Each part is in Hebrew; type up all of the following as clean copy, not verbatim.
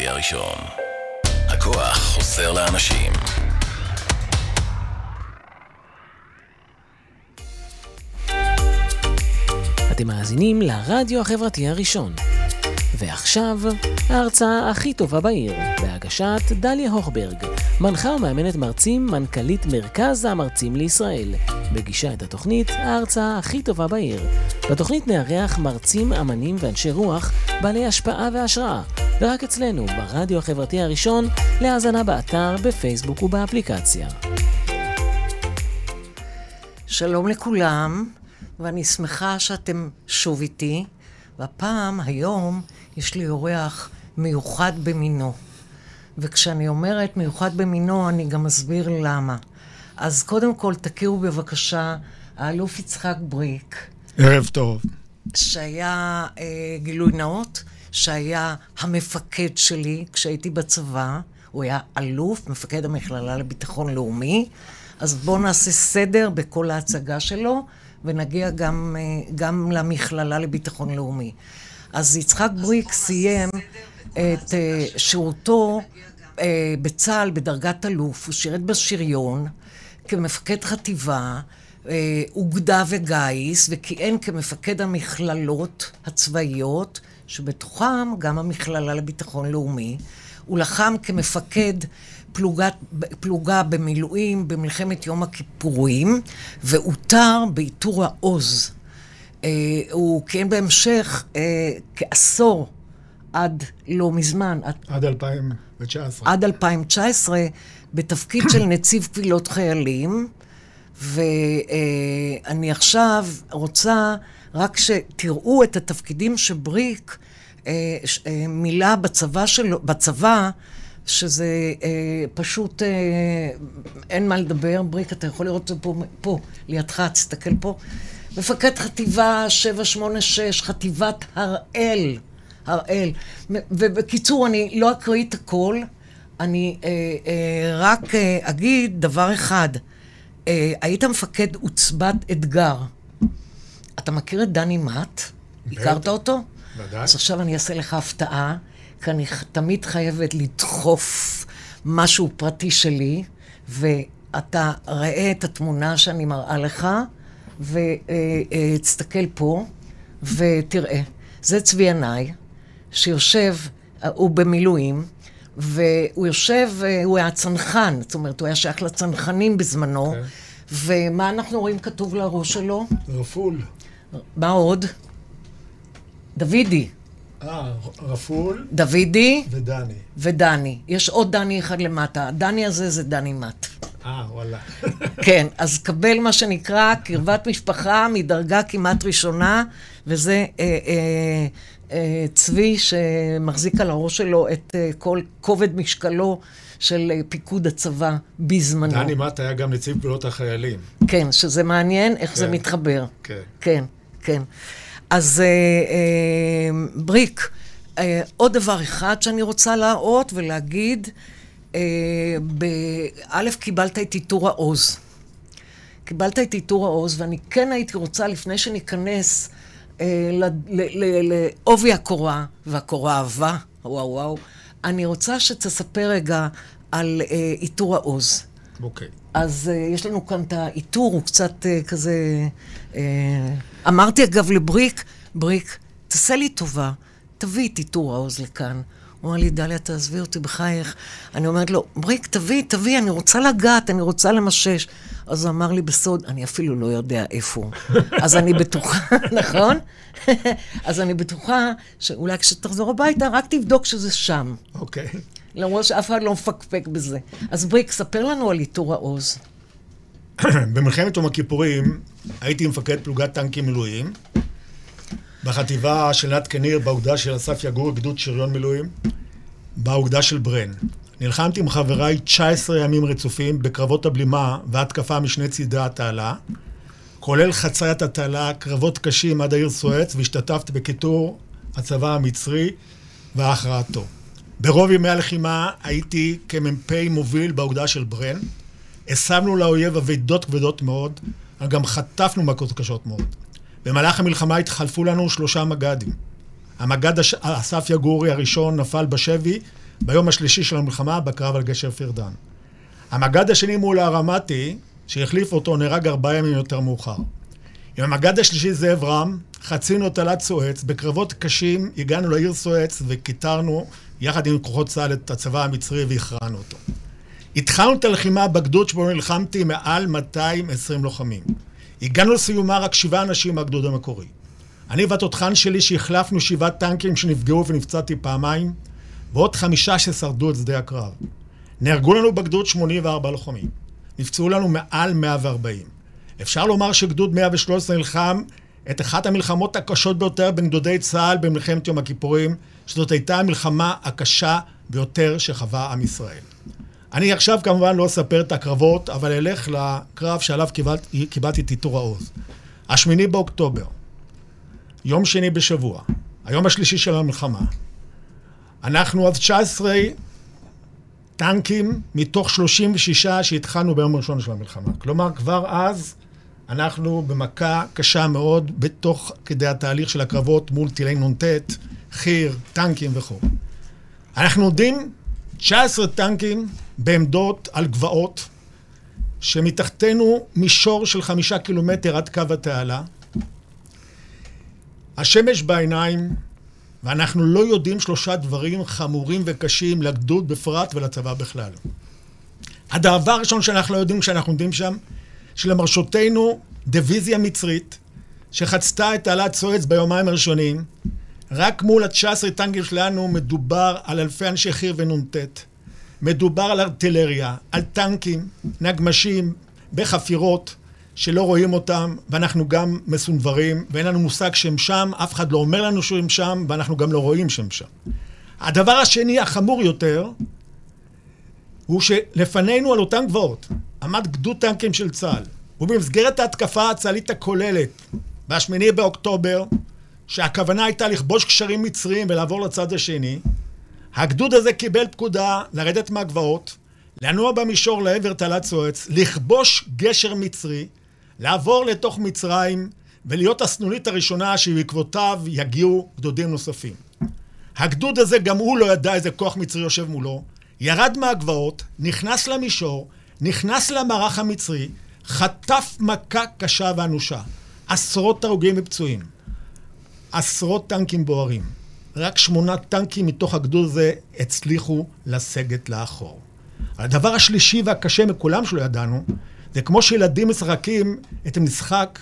החברתי הראשון. הכוח חוזר לאנשים. אתם מאזינים לרדיו החברתי הראשון. ועכשיו, ההרצאה הכי טובה בעיר, בהגשת דליה הוכברג, מנחה ומאמנת מרצים, מנכ"לית מרכז המרצים לישראל. מגישה את התוכנית ההרצאה הכי טובה בעיר. בתוכנית נארח מרצים, אמנים ואנשי רוח, בעלי השפעה והשראה, ורק אצלנו, ברדיו החברתי הראשון, להאזנה באתר, בפייסבוק ובאפליקציה. שלום לכולם, ואני שמחה שאתם שוב איתי, והפעם, היום, יש לי אורח מיוחד במינו. וכשאני אומרת מיוחד במינו, אני גם אסביר למה. אז קודם כל, תכירו בבקשה, האלוף יצחק בריק. ערב טוב. שהיה גילוי נאות, שהיה המפקד שלי כשהייתי בצבא. הוא היה אלוף, מפקד המכללה לביטחון לאומי. אז בואו נעשה סדר בכל ההצגה שלו, ונגיע גם למכללה לביטחון לאומי. אז יצחק בריק סיים את שירותו בצה"ל בדרגת אלוף. הוא שירת בשריון כמפקד חטיבה, אוגדה וגיס, וכיהן כמפקד המכללות הצבאיות, שבתוכם גם המכללה לביטחון לאומי. הוא לחם כמפקד פלוגה במילואים במלחמת יום הכיפורים, ואותר בעיטור העוז. הוא כיהן בהמשך כעשור עד לא מזמן. עד 2019. עד 2019, בתפקיד של נציב קבילות חיילים, ואני עכשיו רוצה רק שתראו את התפקידים שבריק מילא בצבא, שזה פשוט אין מה לדבר. בריק, אתה יכול לראות את זה פה לידך, תסתכל פה. מפקד חטיבה 786, חטיבת הראל. ובקיצור, אני לא אקריא את הכל, אני רק אגיד דבר אחד. היית מפקד עוצבת אתגר. אתה מכיר את דני מאט? הכרת אותו? ודאי. אז עכשיו אני אעשה לך הפתעה, כי אני תמיד חייבת לדחוף משהו פרטי שלי, ואתה ראה את התמונה שאני מראה לך, ותסתכל פה, ותראה. זה צבי ינאי, שיושב, הוא במילואים, והוא יושב, הוא היה צנחן, זאת אומרת, הוא היה שייך לצנחנים בזמנו, ומה אנחנו רואים כתוב לראש שלו? רפול. מה עוד? דוידי. רפול. דוידי. ודני. ודני. יש עוד דני אחד למטה. הדני הזה זה דני מאט. וואלה. כן, אז קבל מה שנקרא קרבת משפחה מדרגה כמעט ראשונה, וזה צבי שמחזיק על הראש שלו את כל כובד משקלו של פיקוד הצבא בזמנו. דני מאט היה גם נציב קבילות החיילים. כן, שזה מעניין איך זה מתחבר. כן, כן. אז בריק, עוד דבר אחד שאני רוצה להראות ולהגיד, א', קיבלת את עיטור העוז. קיבלת את עיטור העוז, ואני כן הייתי רוצה, לפני שניכנס לעובי הקורה, והקורה אהבה, וואו, אני רוצה שתספר רגע על עיטור העוז. אוקיי. אז יש לנו כאן את העיטור, הוא קצת כזה... אמרתי אגב לבריק, בריק, תעשה לי טובה, תביא את עיטור העוז לכאן. הוא אמר לי, דליה, תעזבי אותי בחייך. אני אומרת לו, בריק, תביא, אני רוצה לגעת, אני רוצה למשש. אז הוא אמר לי בסוד, אני אפילו לא יודע איפה. אז אני בטוחה, נכון? אז אני בטוחה שאולי כשתחזור הביתה, רק תבדוק שזה שם. אוקיי. למרות שאף אחד לא מפקפק בזה. אז בריק, ספר לנו על עיטור העוז. במלחמת יום הכיפורים הייתי מפקד פלוגת טנקים מילואים, בחטיבה של נת קניר, באוגדה של אסף יגור, גדוד שריון מילואים, באוגדה של ברן. נלחמתי עם חבריי 19 ימים רצופים בקרבות הבלימה והתקפה משני צידי התעלה, כולל חציית התעלה, קרבות קשים עד העיר סואץ, והשתתפתי בכיתור הצבא המצרי והכרעתו. ברוב ימי הלחימה הייתי כמ"פ מוביל באוגדה של ברן. הסבנו לאויב אבדות כבדות מאוד, אבל גם חטפנו מכות קשות מאוד. במהלך המלחמה התחלפו לנו 3 מג"דים. המג"ד אסף יגורי הראשון נפל בשבי ביום השלישי של המלחמה בקרב על גשר פירדן. המג"ד השני מול הרמתי, שהחליף אותו, נהרג 4 ימים יותר מאוחר. עם המג"ד השלישי זאב רם, חצינו את תעלת סואץ, בקרבות קשים הגענו לעיר סואץ וכיתרנו יחד עם כוחות צה"ל את הצבא המצרי והכרענו אותו. התחלנו את הלחימה בגדוד שבו נלחמתי מעל 220 לוחמים. הגענו לסיומה רק 7 אנשים מהגדוד המקורי. אני והתותחן שלי שהחלפנו 7 טנקים שנפגעו ונפצעתי פעמיים, ועוד 5 ששרדו את שדה הקרב. נהרגו לנו בגדוד 84 לוחמים. נפצעו לנו מעל 140. אפשר לומר שגדוד 113 נלחם את אחת המלחמות הקשות ביותר בין גדודי צה"ל במלחמת יום הכיפורים, שזאת הייתה המלחמה הקשה ביותר שחווה עם ישראל. אני עכשיו כמובן לא אספר את הקרבות, אבל אלך לקרב שעליו קיבלתי את עיטור העוז. 8 באוקטובר, יום שני בשבוע, היום השלישי של המלחמה. אנחנו אז 19 טנקים מתוך 36 שהתחלנו ביום הראשון של המלחמה. כלומר, כבר אז אנחנו במכה קשה מאוד בתוך כדי התהליך של הקרבות מול טילי נ"ט, חי"ר, טנקים וכו'. אנחנו עומדים 19 טנקים בעמדות על גבעות, שמתחתנו מישור של 5 קילומטר עד קו התעלה. השמש בעיניים, ואנחנו לא יודעים 3 דברים חמורים וקשים לגדוד בפרט ולצבא בכלל. הדבר הראשון שאנחנו לא יודעים כשאנחנו עומדים שם, שלמרשותנו דיוויזיה מצרית, שחצתה את תעלת סואץ ביומיים הראשונים, רק מול 19 טנקים שלנו מדובר על אלפי אנשי חי"ר ונ"ט. מדובר על ארטילריה, על טנקים, נגמשים, בחפירות, שלא רואים אותם, ואנחנו גם מסונברים, ואין לנו מושג שהם שם, אף אחד לא אומר לנו שהם שם, ואנחנו גם לא רואים שהם שם. הדבר השני, החמור יותר, הוא שלפנינו על אותם גבעות, עמד גדוד טנקים של צה"ל, ובמסגרת ההתקפה הצה"לית הכוללת, ב8 באוקטובר, שהכוונה הייתה לכבוש קשרים מצריים ולעבור לצד השני, הגדוד הזה קיבל פקודה לרדת מהגבעות, לנוע במישור לעבר תעלת סואץ, לכבוש גשר מצרי, לעבור לתוך מצרים ולהיות הסנונית הראשונה שבעקבותיו יגיעו גדודים נוספים. הגדוד הזה גם הוא לא ידע איזה כוח מצרי יושב מולו, ירד מהגבעות, נכנס למישור, נכנס למערך המצרי, חטף מכה קשה ואנושה, 10 הרוגים ופצועים, 10 טנקים בוערים. רק 8 טנקים מתוך הגדוד הזה הצליחו לסגת לאחור. הדבר השלישי והקשה מכולם שלא ידענו, זה כמו שילדים משחקים את המשחק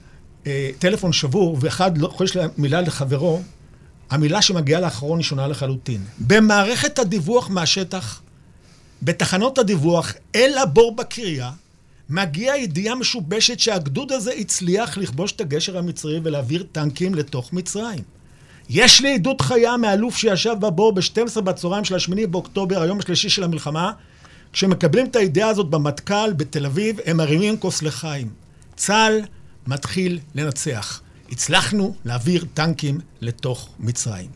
טלפון שבור, ואחד לא חושב מילה לחברו, המילה שמגיעה לאחרון היא שונה לחלוטין. במערכת הדיווח מהשטח, בתחנות הדיווח, אל הבור בקריה, מגיעה ידיעה משובשת שהגדוד הזה הצליח לכבוש את הגשר המצרי ולהעביר טנקים לתוך מצרים. יש לי עדות חיה מאלוף שישב בבור ב-12 בצהריים של 8 באוקטובר, היום השלישי של המלחמה, כשמקבלים את הידיעה הזאת במטכ"ל בתל אביב, הם מרימים כוס לחיים. צה"ל מתחיל לנצח. הצלחנו להעביר טנקים לתוך מצרים.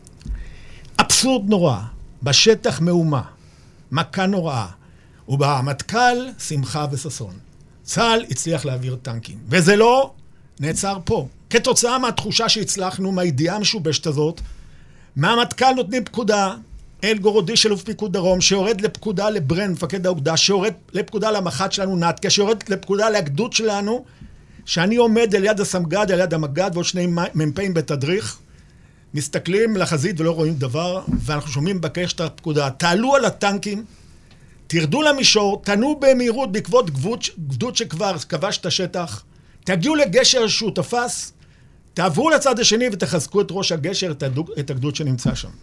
אבסורד נורא, בשטח מהומה, מכה נוראה, ובמטכ"ל שמחה וששון. צה"ל הצליח להעביר טנקים, וזה לא נעצר פה. כתוצאה מהתחושה שהצלחנו, מהידיעה המשובשת הזאת, מהמטכ"ל נותנים פקודה אל גורודי של אלוף פיקוד דרום, שיורד לפקודה לברן, מפקד האוגדה, שיורד לפקודה למח"ט שלנו נתקה, שיורד לפקודה לגדוד שלנו, שאני עומד על יד הסמג"ד, על יד המג"ד, ועוד 2 מ"פים בתדריך, מסתכלים לחזית ולא רואים דבר, ואנחנו שומעים בקש את הפקודה, תעלו על הטנקים, תרדו למישור, תנו במהירות בעקבות גדוד שכבר כבש את השטח, תגיעו לגשר שהוא תפס, תעברו לצד השני ותחזקו את ראש הגשר, את הגדוד שנמצא שם.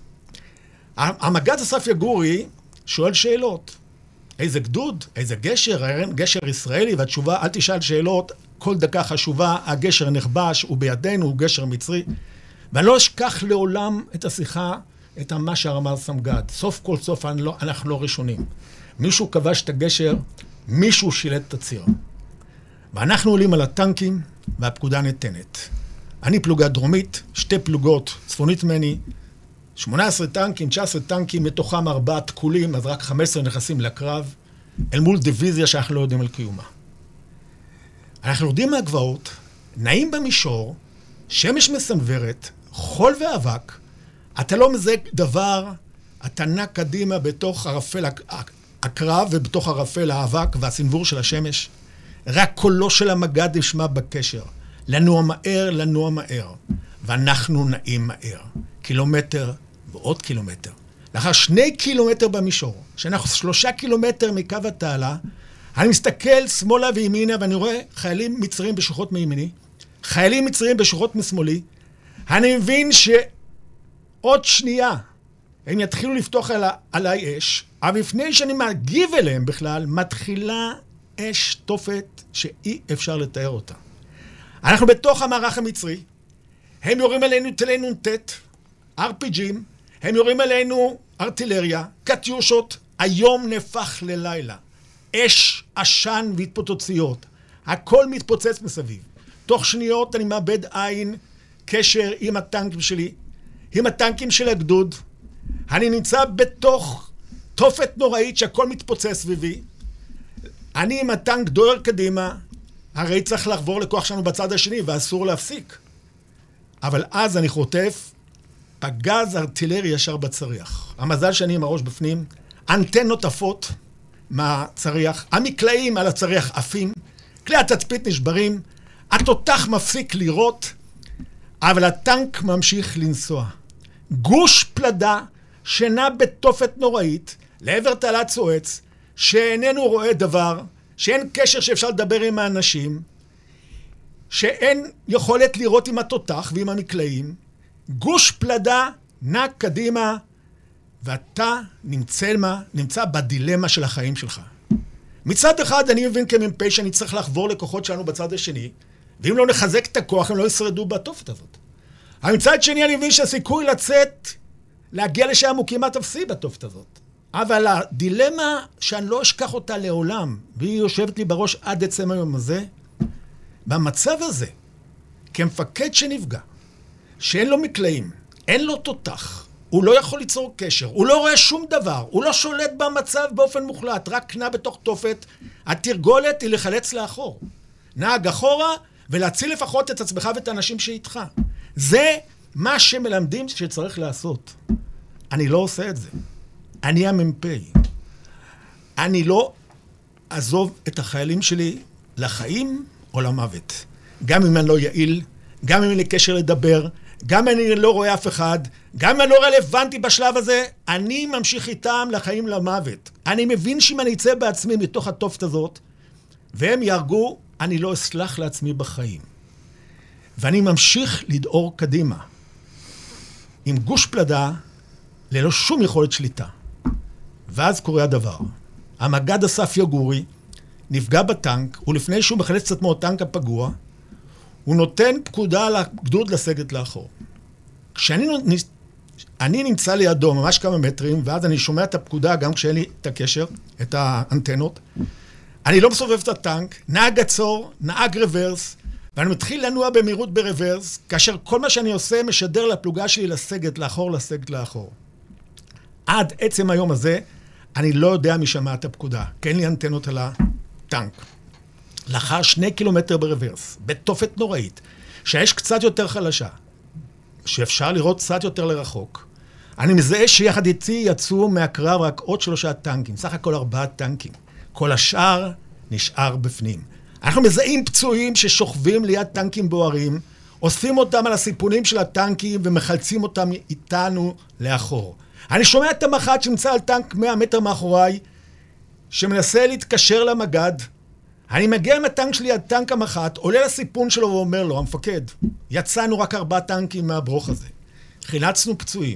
המג"ד אסף יגורי שואל שאלות. איזה גדוד? איזה גשר? גשר ישראלי? והתשובה, אל תשאל שאלות, כל דקה חשובה, הגשר נכבש, הוא בידינו, הוא גשר מצרי. ואני לא אשכח לעולם את השיחה, את מה שהרמ"ל סמג"ד. סוף כל סוף אנחנו לא ראשונים. מישהו כבש את הגשר, מישהו שילט את הציר. ואנחנו עולים על הטנקים, והפקודה ניתנת. אני פלוגה דרומית, 2 פלוגות צפונית מני, 18 טנקים, 19 טנקים, מתוכם 4 תקולים, אז רק 15 נכנסים לקרב, אל מול דיוויזיה שאנחנו לא יודעים על קיומה. אנחנו יורדים מהגבעות, נעים במישור, שמש מסנוורת, חול ואבק, אתה לא מזהה דבר אתה נע קדימה בתוך ערפל הקרב ובתוך ערפל האבק והסנבור של השמש. רק קולו של המגד נשמע בקשר. לנוע מהר, לנוע מהר. ואנחנו נעים מהר. קילומטר ועוד קילומטר. לאחר 2 קילומטר במישור, שאנחנו 3 קילומטר מקו התעלה, אני מסתכל שמאלה וימינה ואני רואה חיילים מצרים בשוחות מימיני, חיילים מצרים בשוחות משמאלי. אני מבין שעוד שנייה הם יתחילו לפתוח עליי אש, אבל לפני שאני מגיב אליהם בכלל, מתחילה אש תופת שאי אפשר לתאר אותה. אנחנו בתוך המערך המצרי, הם יורים עלינו טילי נ"ט, RPG'ים, הם יורים עלינו ארטילריה, קטיושות, היום נפח ללילה. אש, עשן והתפוצצויות. הכל מתפוצץ מסביב. תוך שניות אני מאבד עין, קשר עם הטנקים שלי, עם הטנקים של הגדוד. אני נמצא בתוך תופת נוראית שהכל מתפוצץ סביבי. אני עם הטנק דוהר קדימה, הרי צריך לעבור לכוח שלנו בצד השני ואסור להפסיק. אבל אז אני חוטף פגז ארטילרי ישר בצריח. המזל שאני עם הראש בפנים, אנטנות עפות מהצריח, המקלעים על הצריח עפים, כלי התצפית נשברים, התותח מפסיק לירות, אבל הטנק ממשיך לנסוע. גוש פלדה שנע בתופת נוראית לעבר תעלת סואץ, שאיננו רואה דבר, שאין קשר שאפשר לדבר עם האנשים, שאין יכולת לראות עם התותח ועם המקלעים. גוש פלדה נע קדימה, ואתה נמצא בדילמה של החיים שלך. מצד אחד אני מבין כמ"פ שאני צריך לחבור לכוחות שלנו בצד השני, ואם לא נחזק את הכוח הם לא ישרדו בתופת הזאת. אבל מצד שני אני מבין שהסיכוי לצאת, להגיע לשם הוא כמעט אפסי בתופת הזאת. אבל הדילמה שאני לא אשכח אותה לעולם, והיא יושבת לי בראש עד עצם היום הזה, במצב הזה, כמפקד שנפגע, שאין לו מקלעים, אין לו תותח, הוא לא יכול ליצור קשר, הוא לא רואה שום דבר, הוא לא שולט במצב באופן מוחלט, רק נע בתוך תופת, התרגולת היא לחלץ לאחור. נהג אחורה ולהציל לפחות את עצמך ואת האנשים שאיתך. זה מה שמלמדים שצריך לעשות. אני לא עושה את זה. אני המ"פ. אני לא אעזוב את החיילים שלי לחיים או למוות. גם אם אני לא יעיל, גם אם אין לי קשר לדבר, גם אם אני לא רואה אף אחד, גם אם אני לא רלוונטי בשלב הזה, אני ממשיך איתם לחיים למוות. אני מבין שאם אני אצא בעצמי מתוך התופת הזאת, והם יהרגו, אני לא אסלח לעצמי בחיים. ואני ממשיך לדהור קדימה, עם גוש פלדה, ללא שום יכולת שליטה. ואז קורה הדבר. המגד אסף יגורי נפגע בטנק, ולפני שהוא מחלץ קצת מהטנק הפגוע, הוא נותן פקודה לגדוד לסגת לאחור. אני נמצא לידו ממש כמה מטרים, ואז אני שומע את הפקודה גם כשאין לי את הקשר, את האנטנות. אני לא מסובב את הטנק, נהג עצור, נהג רוורס, ואני מתחיל לנוע במהירות ברוורס, כאשר כל מה שאני עושה משדר לפלוגה שלי לסגת לאחור, לסגת לאחור. עד עצם היום הזה, אני לא יודע מי שמע את הפקודה, כי אין לי אנטנות על הטנק. לאחר 2 קילומטר ברוורס, בתופת נוראית, שהאש קצת יותר חלשה, שאפשר לראות קצת יותר לרחוק, אני מזהה שיחד איתי יצאו מהקרב רק עוד 3 טנקים, סך הכל 4 טנקים. כל השאר נשאר בפנים. אנחנו מזהים פצועים ששוכבים ליד טנקים בוערים, אוספים אותם על הסיפונים של הטנקים ומחלצים אותם איתנו לאחור. אני שומע את המח"ט שנמצא על טנק 100 מטר מאחוריי, שמנסה להתקשר למגד. אני מגיע עם הטנק שלי עד טנק המח"ט, עולה לסיפון שלו ואומר לו, המפקד, יצאנו רק 4 טנקים מהברוך הזה. חילצנו פצועים.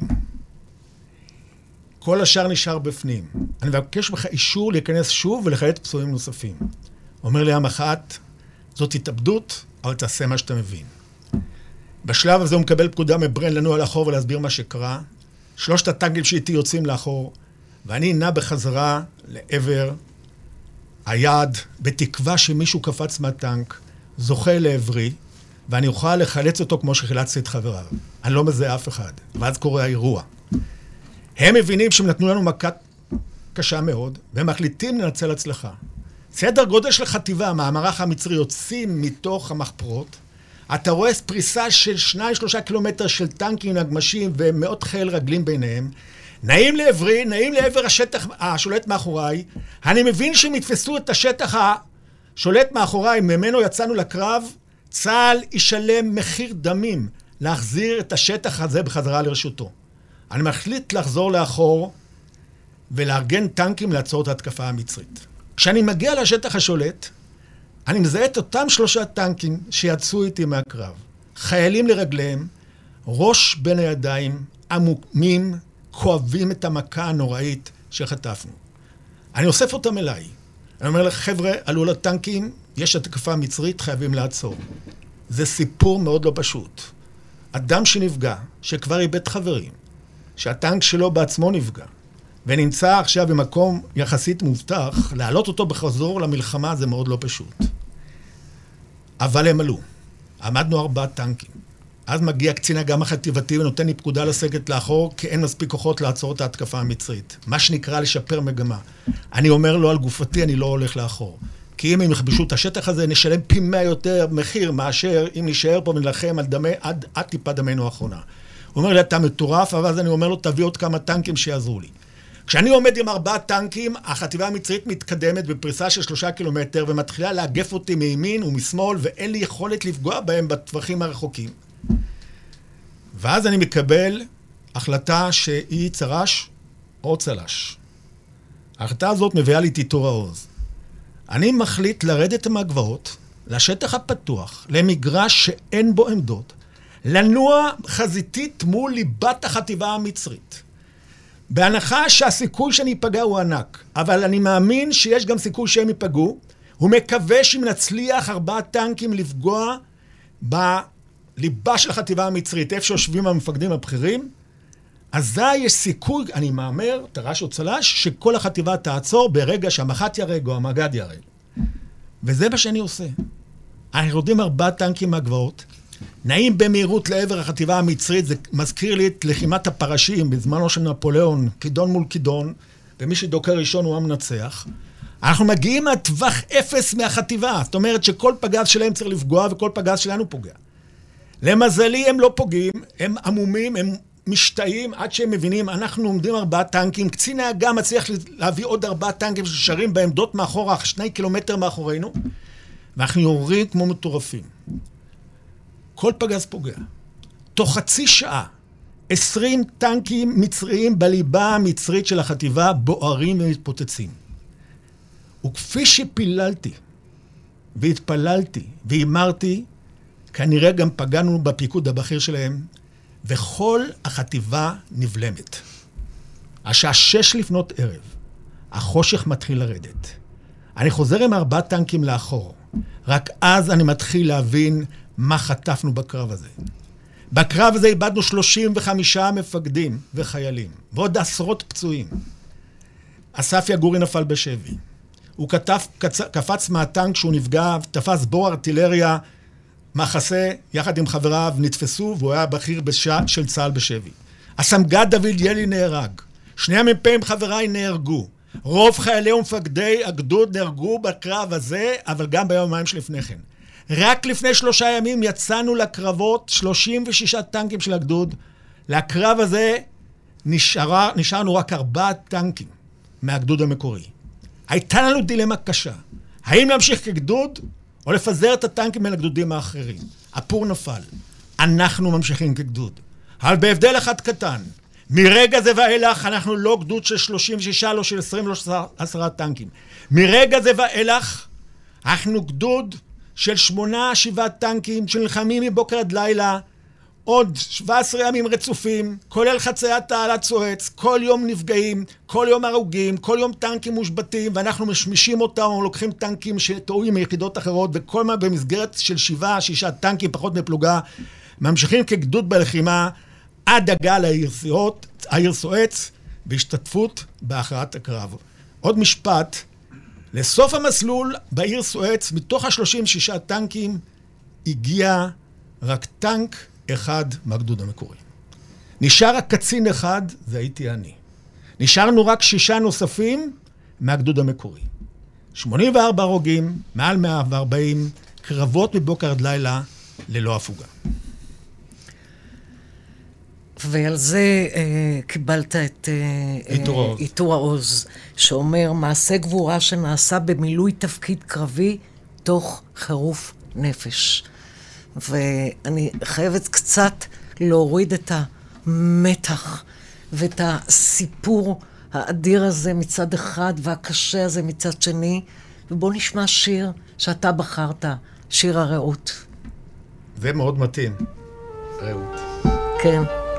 כל השאר נשאר בפנים. אני מבקש ממך אישור להיכנס שוב ולחלץ פצועים נוספים. אומר לי המח"ט, זאת התאבדות, אבל תעשה מה שאתה מבין. בשלב הזה הוא מקבל פקודה מברן לנוע לאחור ולהסביר מה שקרה. 3 הטנקים שאיתי יוצאים לאחור, ואני נע בחזרה לעבר היעד, בתקווה שמישהו קפץ מהטנק, זוכה לעברי, ואני אוכל לחלץ אותו כמו שחילצתי את חבריו. אני לא מזהה אף אחד. ואז קורה האירוע. הם מבינים שהם נתנו לנו מכה קשה מאוד, והם מחליטים לנצל הצלחה. סדר גודל של חטיבה, מהמערך המצרי יוצאים מתוך המחפרות, אתה רואה פריסה של 2-3 קילומטר של טנקים, נגמשים ומאות חיל רגלים ביניהם, נעים לעברי, נעים לעבר השטח השולט מאחוריי. אני מבין שהם יתפסו את השטח השולט מאחוריי, ממנו יצאנו לקרב, צה"ל ישלם מחיר דמים להחזיר את השטח הזה בחזרה לרשותו. אני מחליט לחזור לאחור ולארגן טנקים לעצור את ההתקפה המצרית. כשאני מגיע לשטח השולט, אני מזהה את אותם 3 טנקים שיצאו איתי מהקרב. חיילים לרגליהם, ראש בין הידיים, עמומים, כואבים את המכה הנוראית שחטפנו. אני אוסף אותם אליי. אני אומר לך, חבר'ה, עלו לטנקים, יש התקפה מצרית, חייבים לעצור. זה סיפור מאוד לא פשוט. אדם שנפגע, שכבר איבד חברים, שהטנק שלו בעצמו נפגע, ונמצא עכשיו במקום יחסית מובטח, להעלות אותו בחזור למלחמה זה מאוד לא פשוט. אבל הם עלו. עמדנו 4 טנקים. אז מגיע קצין אג"ם החטיבתי ונותן לי פקודה לסגת לאחור, כי אין מספיק כוחות לעצור את ההתקפה המצרית. מה שנקרא לשפר מגמה. אני אומר לו על גופתי, אני לא הולך לאחור. כי אם הם יכבשו את השטח הזה, נשלם פי 100 יותר מחיר מאשר אם נשאר פה ונלחם על דמי עד טיפה דמנו האחרונה. הוא אומר לי, אתה מטורף, אבל אז אני אומר לו, תביא עוד כמה טנקים שיעזרו לי. כשאני עומד עם 4 טנקים, החטיבה המצרית מתקדמת בפריסה של 3 קילומטר, ומתחילה לאגף אותי מימין ומשמאל, ואין לי יכולת לפגוע בהם בטווחים הרחוקים. ואז אני מקבל החלטה שהיא צרש או צלש. ההחלטה הזאת מביאה לי טיטור העוז. אני מחליט לרדת מהגבעות, לשטח הפתוח, למגרש שאין בו עמדות, לנוע חזיתית מול ליבת החטיבה המצרית. בהנחה שהסיכוי שאני ייפגע הוא ענק, אבל אני מאמין שיש גם סיכוי שהם ייפגעו, ומקווה שאם נצליח 4 טנקים לפגוע בליבה של החטיבה המצרית, איפה שיושבים המפקדים הבכירים, אזי יש סיכוי, אני מאמר, תר"ש או צל"ש, שכל החטיבה תעצור ברגע שהמח"ט ירג או המג"ד ירג. וזה מה שאני עושה. אנחנו יורדים 4 טנקים מהגבעות, נעים במהירות לעבר החטיבה המצרית, זה מזכיר לי את לחימת הפרשים בזמנו של נפוליאון, כידון מול כידון, ומי שדוקר ראשון הוא המנצח. אנחנו מגיעים מהטווח 0 מהחטיבה, זאת אומרת שכל פגז שלהם צריך לפגוע וכל פגז שלנו פוגע. למזלי הם לא פוגעים, הם עמומים, הם משתאים עד שהם מבינים, אנחנו עומדים 4 טנקים, קצין האג"ם מצליח להביא עוד 4 טנקים ששרים בעמדות מאחורה, 2 קילומטר מאחורינו, ואנחנו יורים כמו מטורפים. כל פגז פוגע. תוך חצי שעה, 20 טנקים מצריים בליבה המצרית של החטיבה בוערים ומתפוצצים. וכפי שפיללתי, והתפללתי, ואמרתי, כנראה גם פגענו בפיקוד הבכיר שלהם, וכל החטיבה נבלמת. השעה 6 לפנות ערב, החושך מתחיל לרדת. אני חוזר עם 4 טנקים לאחור. רק אז אני מתחיל להבין מה חטפנו בקרב הזה. בקרב הזה איבדנו 35 מפקדים וחיילים, ועוד עשרות פצועים. אסף יגורי נפל בשבי. הוא קפץ מהטנק שהוא נפגע, תפס בור ארטילריה, מחסה, יחד עם חבריו נתפסו, והוא היה בכיר של צה"ל בשבי. הסמג"ד דוד ילי נהרג. 2 המ"פים חבריי נהרגו. רוב חיילי ומפקדי הגדוד נהרגו בקרב הזה, אבל גם ביומיים שלפני כן. רק לפני 3 ימים יצאנו לקרבות 36 טנקים של הגדוד. לקרב הזה נשארנו רק 4 טנקים מהגדוד המקורי. הייתה לנו דילמה קשה. האם להמשיך כגדוד או לפזר את הטנקים בין הגדודים האחרים? הפור נפל. אנחנו ממשיכים כגדוד. אבל בהבדל אחד קטן, מרגע זה ואילך אנחנו לא גדוד של 36, לא של 20, לא של 10 טנקים. מרגע זה ואילך אנחנו גדוד של 8-7 טנקים שנלחמים מבוקר עד לילה, עוד 17 ימים רצופים, כולל חציית תעלת סואץ, כל יום נפגעים, כל יום הרוגים, כל יום טנקים מושבתים, ואנחנו משמישים אותם, לוקחים טנקים שטועים מיחידות אחרות, וכל מה במסגרת של 7-6 טנקים פחות מפלוגה, ממשיכים כגדוד בלחימה עד הגעה העיר סואץ, בהשתתפות בהכרעת הקרב. עוד משפט, לסוף המסלול בעיר סואץ, מתוך 36 טנקים, הגיע רק טנק אחד מהגדוד המקורי. נשאר רק קצין אחד, זה הייתי אני. נשארנו רק 6 נוספים מהגדוד המקורי. 84 הרוגים, מעל 140, קרבות מבוקר עד לילה, ללא הפוגה. ועל זה קיבלת את עיטור העוז, שאומר, מעשה גבורה שנעשה במילוי תפקיד קרבי תוך חירוף נפש. ואני חייבת קצת להוריד את המתח ואת הסיפור האדיר הזה מצד אחד והקשה הזה מצד שני, ובוא נשמע שיר שאתה בחרת, שיר הרעות. זה מאוד מתאים, רעות. כן.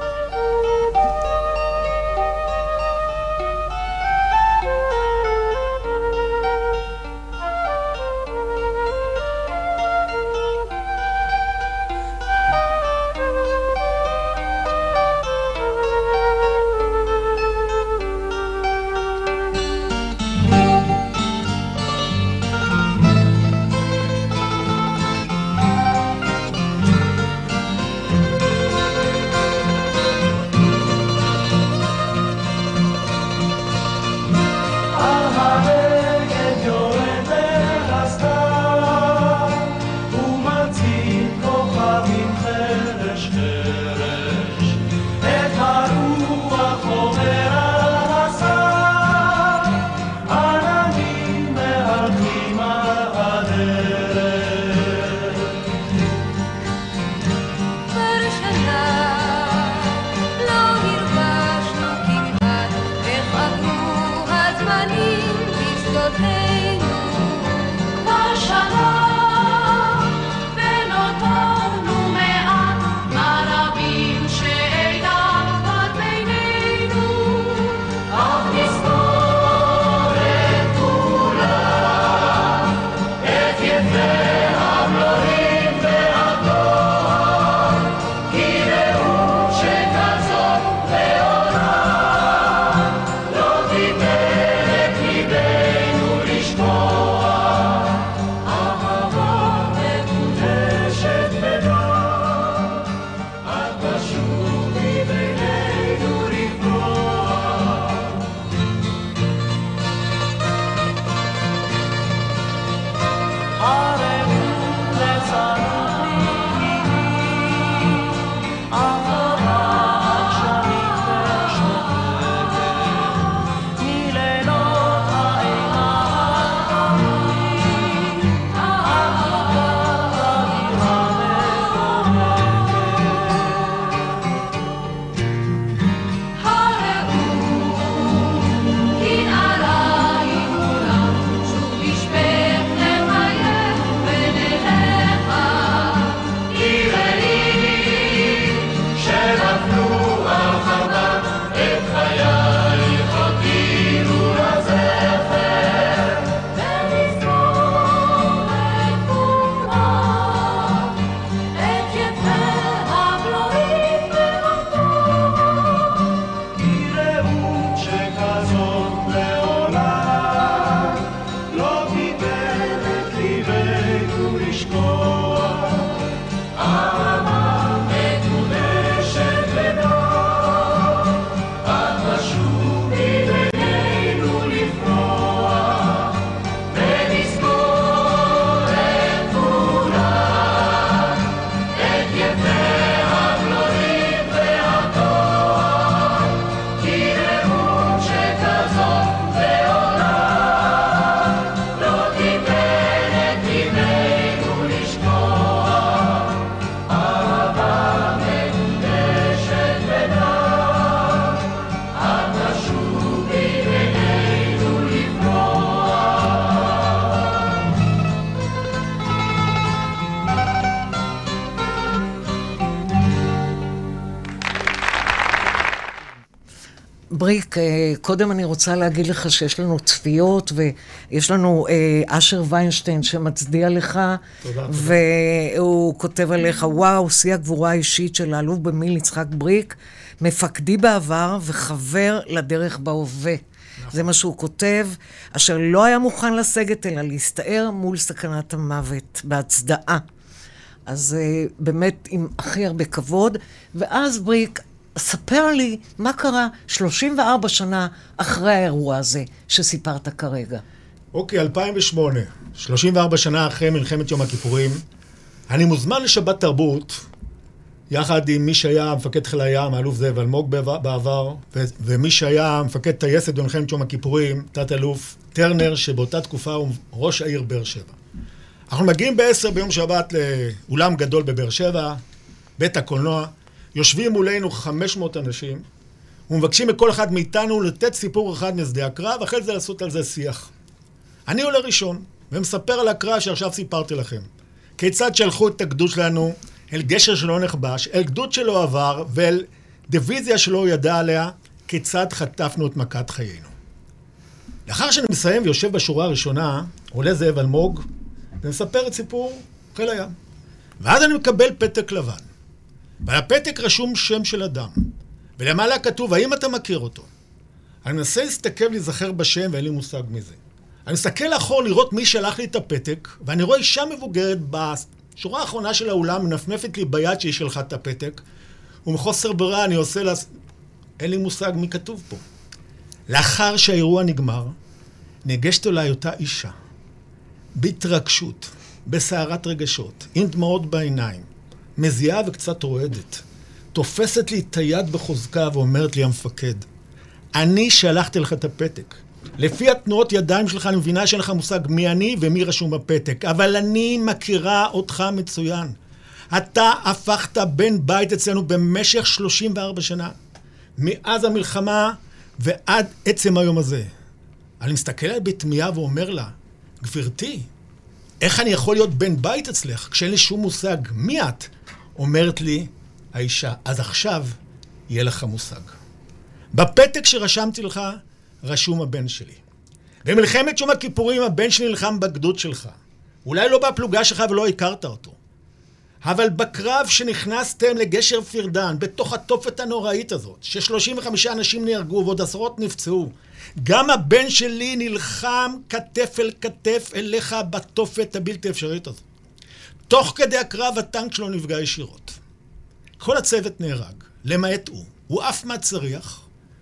בריק, קודם אני רוצה להגיד לך שיש לנו צפיות, ויש לנו אשר ויינשטיין שמצדיע לך, תודה. והוא כותב עליך, וואו, שיא הגבורה האישית של האלוף במיל' יצחק בריק, מפקדי בעבר וחבר לדרך בהווה. זה מה שהוא כותב, אשר לא היה מוכן לסגת אלא להסתער מול סכנת המוות, בהצדעה. אז באמת עם הכי הרבה כבוד, ואז בריק, ספר לי מה קרה 34 שנה אחרי האירוע הזה שסיפרת כרגע. אוקיי, 2008, 34 שנה אחרי מלחמת יום הכיפורים, אני מוזמן לשבת תרבות יחד עם מי שהיה מפקד חיל הים, האלוף זאב אלמוג בעבר, ומי שהיה מפקד טייסת במלחמת יום הכיפורים, תת-אלוף טרנר, שבאותה תקופה הוא ראש העיר באר שבע. אנחנו מגיעים ב-10 ביום שבת לאולם גדול בבאר שבע, בית הקולנוע, יושבים מולנו 500 אנשים, ומבקשים מכל אחד מאיתנו לתת סיפור אחד משדה הקרב, אחרי זה לעשות על זה שיח. אני עולה ראשון, ומספר על הקרב שעכשיו סיפרתי לכם. כיצד שלחו את הגדוד שלנו אל גשר שלא נכבש, אל גדוד שלא עבר, ואל דיוויזיה שלא ידע עליה, כיצד חטפנו את מכת חיינו. לאחר שאני מסיים ויושב בשורה הראשונה, עולה זאב אלמוג, ומספר את סיפור חיל הים. ואז אני מקבל פתק לבן. ועל הפתק רשום שם של אדם. ולמעלה כתוב, האם אתה מכיר אותו? אני מנסה להסתכל ולהיזכר בשם, ואין לי מושג מזה. אני מסתכל לאחור לראות מי שלח לי את הפתק, ואני רואה אישה מבוגרת בשורה האחרונה של האולם, מנפנפת לי ביד שהיא שלחה את הפתק, ומחוסר ברירה אני עושה לה... אין לי מושג מי כתוב פה. לאחר שהאירוע נגמר, ניגשת אליי אותה אישה, בהתרגשות, בסערת רגשות, עם דמעות בעיניים, מזיעה וקצת רועדת, תופסת לי את היד בחוזקה ואומרת לי, המפקד, אני שלחתי לך את הפתק. לפי התנועות ידיים שלך אני מבינה שאין לך מושג מי אני ומי רשום בפתק, אבל אני מכירה אותך מצוין. אתה הפכת בן בית אצלנו במשך 34 שנה, מאז המלחמה ועד עצם היום הזה. אני מסתכל עליה בתמיהה ואומר לה, גברתי, איך אני יכול להיות בן בית אצלך כשאין לי שום מושג מי את? אומרת לי האישה, אז עכשיו יהיה לך מושג. בפתק שרשמתי לך רשום הבן שלי. במלחמת יום הכיפורים הבן שלי נלחם בגדוד שלך. אולי לא בפלוגה שלך ולא הכרת אותו. אבל בקרב שנכנסתם לגשר פירדן, בתוך התופת הנוראית הזאת, ש35 אנשים נהרגו ועוד עשרות נפצעו, גם הבן שלי נלחם כתף אל כתף אליך בתופת הבלתי אפשרית הזאת. תוך כדי הקרב הטנק שלו נפגע ישירות. כל הצוות נהרג, למעט הוא. הוא עף מהצריח,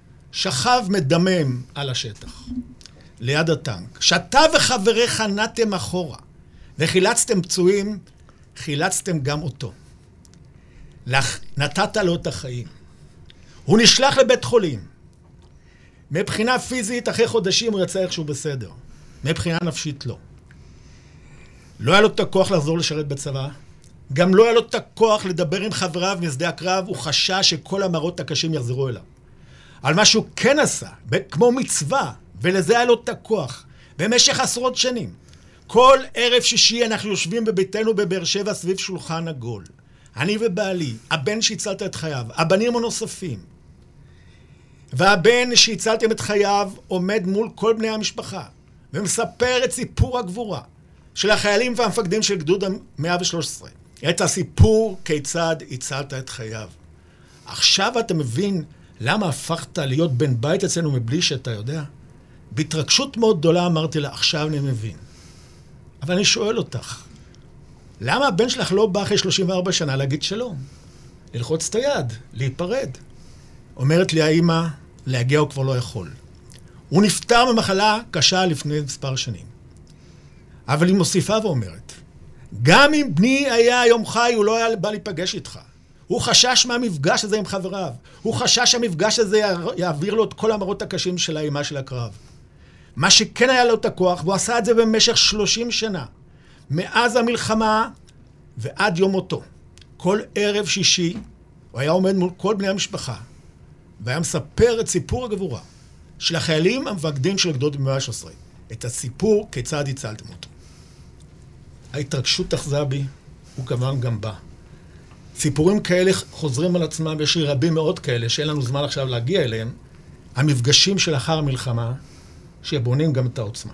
שכב מדמם על השטח, ליד הטנק. שאתה וחבריך נעתם אחורה, וחילצתם פצועים, חילצתם גם אותו. נתת לו את החיים. הוא נשלח לבית חולים. מבחינה פיזית, אחרי חודשים הוא יצא איכשהו בסדר. מבחינה נפשית לא. לא היה לו את הכוח לחזור לשרת בצבא. גם לא היה לו את הכוח לדבר עם חבריו משדה הקרב. הוא חשש שכל המראות הקשים יחזרו אליו. על מה שהוא כן עשה, כמו מצווה, ולזה היה לו את הכוח. במשך עשרות שנים. כל ערב שישי אנחנו יושבים בביתנו בבאר שבע סביב שולחן עגול. אני ובעלי, הבן שהצלת את חייו, הבנים הנוספים. והבן שהצלתם את חייו עומד מול כל בני המשפחה, ומספר את סיפור הגבורה של החיילים והמפקדים של גדוד 113. את הסיפור כיצד הצלת את חייו. עכשיו אתה מבין למה הפכת להיות בן בית אצלנו מבלי שאתה יודע? בהתרגשות מאוד גדולה אמרתי לה, עכשיו אני מבין. אבל אני שואל אותך, למה הבן שלך לא בא אחרי 34 שנה להגיד שלום? ללחוץ את היד, להיפרד. אומרת לי האמא, להגיע הוא כבר לא יכול. הוא נפטר ממחלה קשה לפני מספר שנים. אבל היא מוסיפה ואומרת, גם אם בני היה היום חי, הוא לא היה בא להיפגש איתך. הוא חשש מהמפגש הזה עם חבריו. הוא חשש שהמפגש הזה יעביר לו את כל המראות הקשים של האימה של הקרב. מה שכן היה לו את הכוח, והוא עשה את זה במשך 30 שנה, מאז המלחמה ועד יום מותו. כל ערב שישי הוא היה עומד מול כל בני המשפחה, והיה מספר את סיפור הגבורה של החיילים המפקדים של גדוד 113, את הסיפור כיצד הצלתם אותו. ההתרגשות אחזה בי, הוא כמובן גם בא. סיפורים כאלה חוזרים על עצמם, ויש לי רבים מאוד כאלה, שאין לנו זמן עכשיו להגיע אליהם, המפגשים של אחר המלחמה, שבונים גם את העוצמה.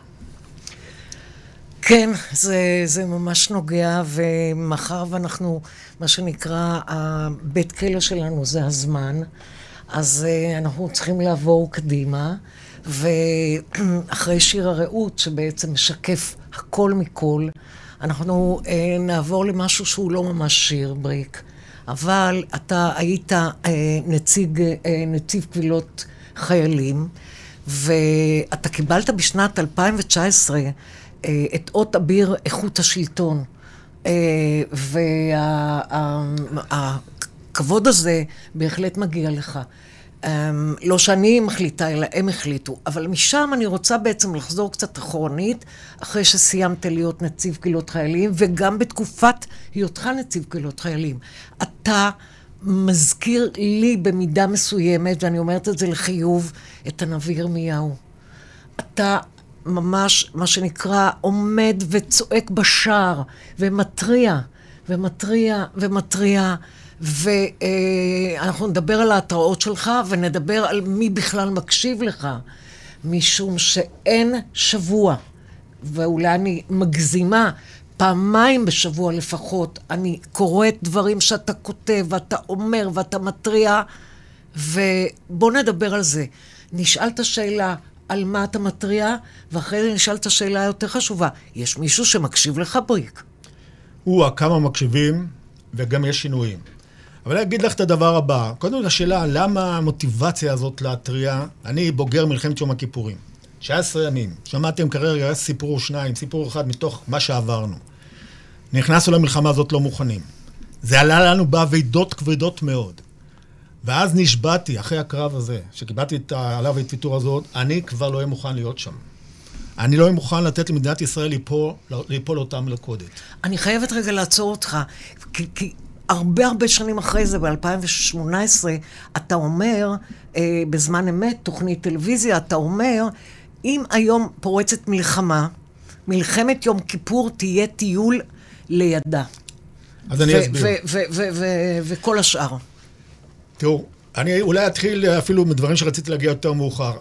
כן, זה ממש נוגע, ומחר ואנחנו, מה שנקרא, הבית כלא שלנו זה הזמן, אז אנחנו צריכים לעבור קדימה, ואחרי שיר הרעות, שבעצם משקף הכל מכל, אנחנו נעבור למשהו שהוא לא ממש שיר, בריק, אבל אתה היית נציב קבילות חיילים, ואתה קיבלת בשנת 2019 את אות אביר איכות השלטון, הכבוד הזה בהחלט מגיע לך. לא שאני מחליטה, אלא הם החליטו. אבל משם אני רוצה בעצם לחזור קצת אחורנית, אחרי שסיימת להיות נציב קבילות חיילים, וגם בתקופת היותך נציב קבילות חיילים. אתה מזכיר לי במידה מסוימת, ואני אומרת את זה לחיוב, את הנביא ירמיהו. אתה ממש, מה שנקרא, עומד וצועק בשער, ומטריע, ומטריע, ומטריע, ואנחנו נדבר על ההתראות שלך, ונדבר על מי בכלל מקשיב לך, משום שאין שבוע, ואולי אני מגזימה, פעמיים בשבוע לפחות, אני קוראת דברים שאתה כותב, ואתה אומר, ואתה מטריע, ובוא נדבר על זה. נשאל את השאלה על מה אתה מטריע, ואחרי זה נשאל את השאלה היותר חשובה. יש מישהו שמקשיב לך, בריק? כמה מקשיבים, וגם יש שינויים. אבל אני אגיד לך את הדבר הבא. קודם לשאלה, למה המוטיבציה הזאת להטריע? אני בוגר מלחמת יום הכיפורים. 19 ימים. שמעתם כרגע סיפור או שניים, סיפור אחד מתוך מה שעברנו. נכנסנו למלחמה הזאת לא מוכנים. זה עלה לנו בעבידות כבדות מאוד. ואז נשבעתי, אחרי הקרב הזה, שקיבלתי עליו את ויתור הזאת, אני כבר לא אהיה מוכן להיות שם. אני לא אהיה מוכן לתת למדינת ישראל ליפול אותם מלכודת. אני חייבת רגע לעצור אותך, כי הרבה שנים אחרי זה, ב-2018, אתה אומר, בזמן אמת, תוכנית טלוויזיה, אתה אומר, אם היום פורצת מלחמה, מלחמת יום כיפור תהיה טיול לידה. אז אני אסביר. וכל השאר. תראו, אני אולי אתחיל אפילו מדברים שרציתי להגיע יותר מאוחר.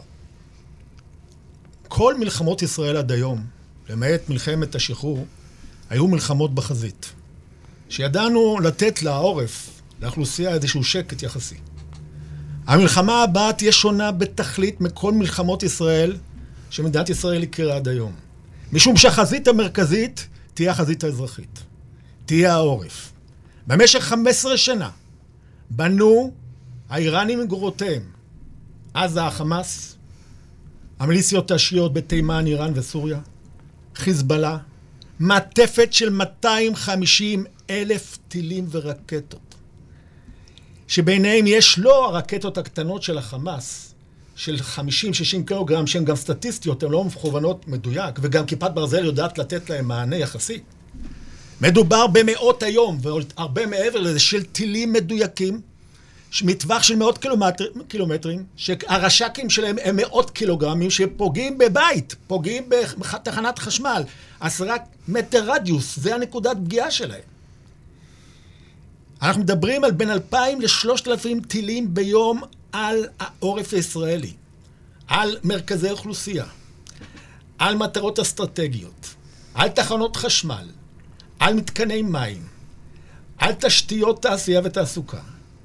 כל מלחמות ישראל עד היום, למעט מלחמת השחרור, היו מלחמות בחזית. שידענו לתת לעורף, לאוכלוסייה, איזשהו שקט יחסי. המלחמה הבאה תהיה שונה בתכלית מכל מלחמות ישראל, שמדינת ישראל הכירה עד היום. משום שהחזית המרכזית תהיה החזית האזרחית. תהיה העורף. במשך 15 שנה בנו האיראנים מגורותיהם, עזה, החמאס, המיליציות השיעיות בתימן, איראן וסוריה, חיזבאללה, מעטפת של 250,000 טילים ורקטות, שביניהם יש לא הרקטות הקטנות של החמאס, של 50-60 קילוגרם, שהן גם סטטיסטיות, הן לא מכוונות מדויק, וגם כיפת ברזל יודעת לתת להם מענה יחסי. מדובר במאות היום, והרבה מעבר לזה, של טילים מדויקים, מטווח של מאות קילומטרים, שהרש"קים שלהם הם מאות קילוגרמים, שפוגעים בבית, פוגעים בתחנת חשמל, 10 מטר רדיוס, זה הנקודת פגיעה שלהם. אנחנו מדברים על בין 2,000 ל-3,000 טילים ביום על העורף הישראלי, על מרכזי אוכלוסייה, על מטרות אסטרטגיות, על תחנות חשמל, על מתקני מים, על תשתיות תעשייה ותעסוקה.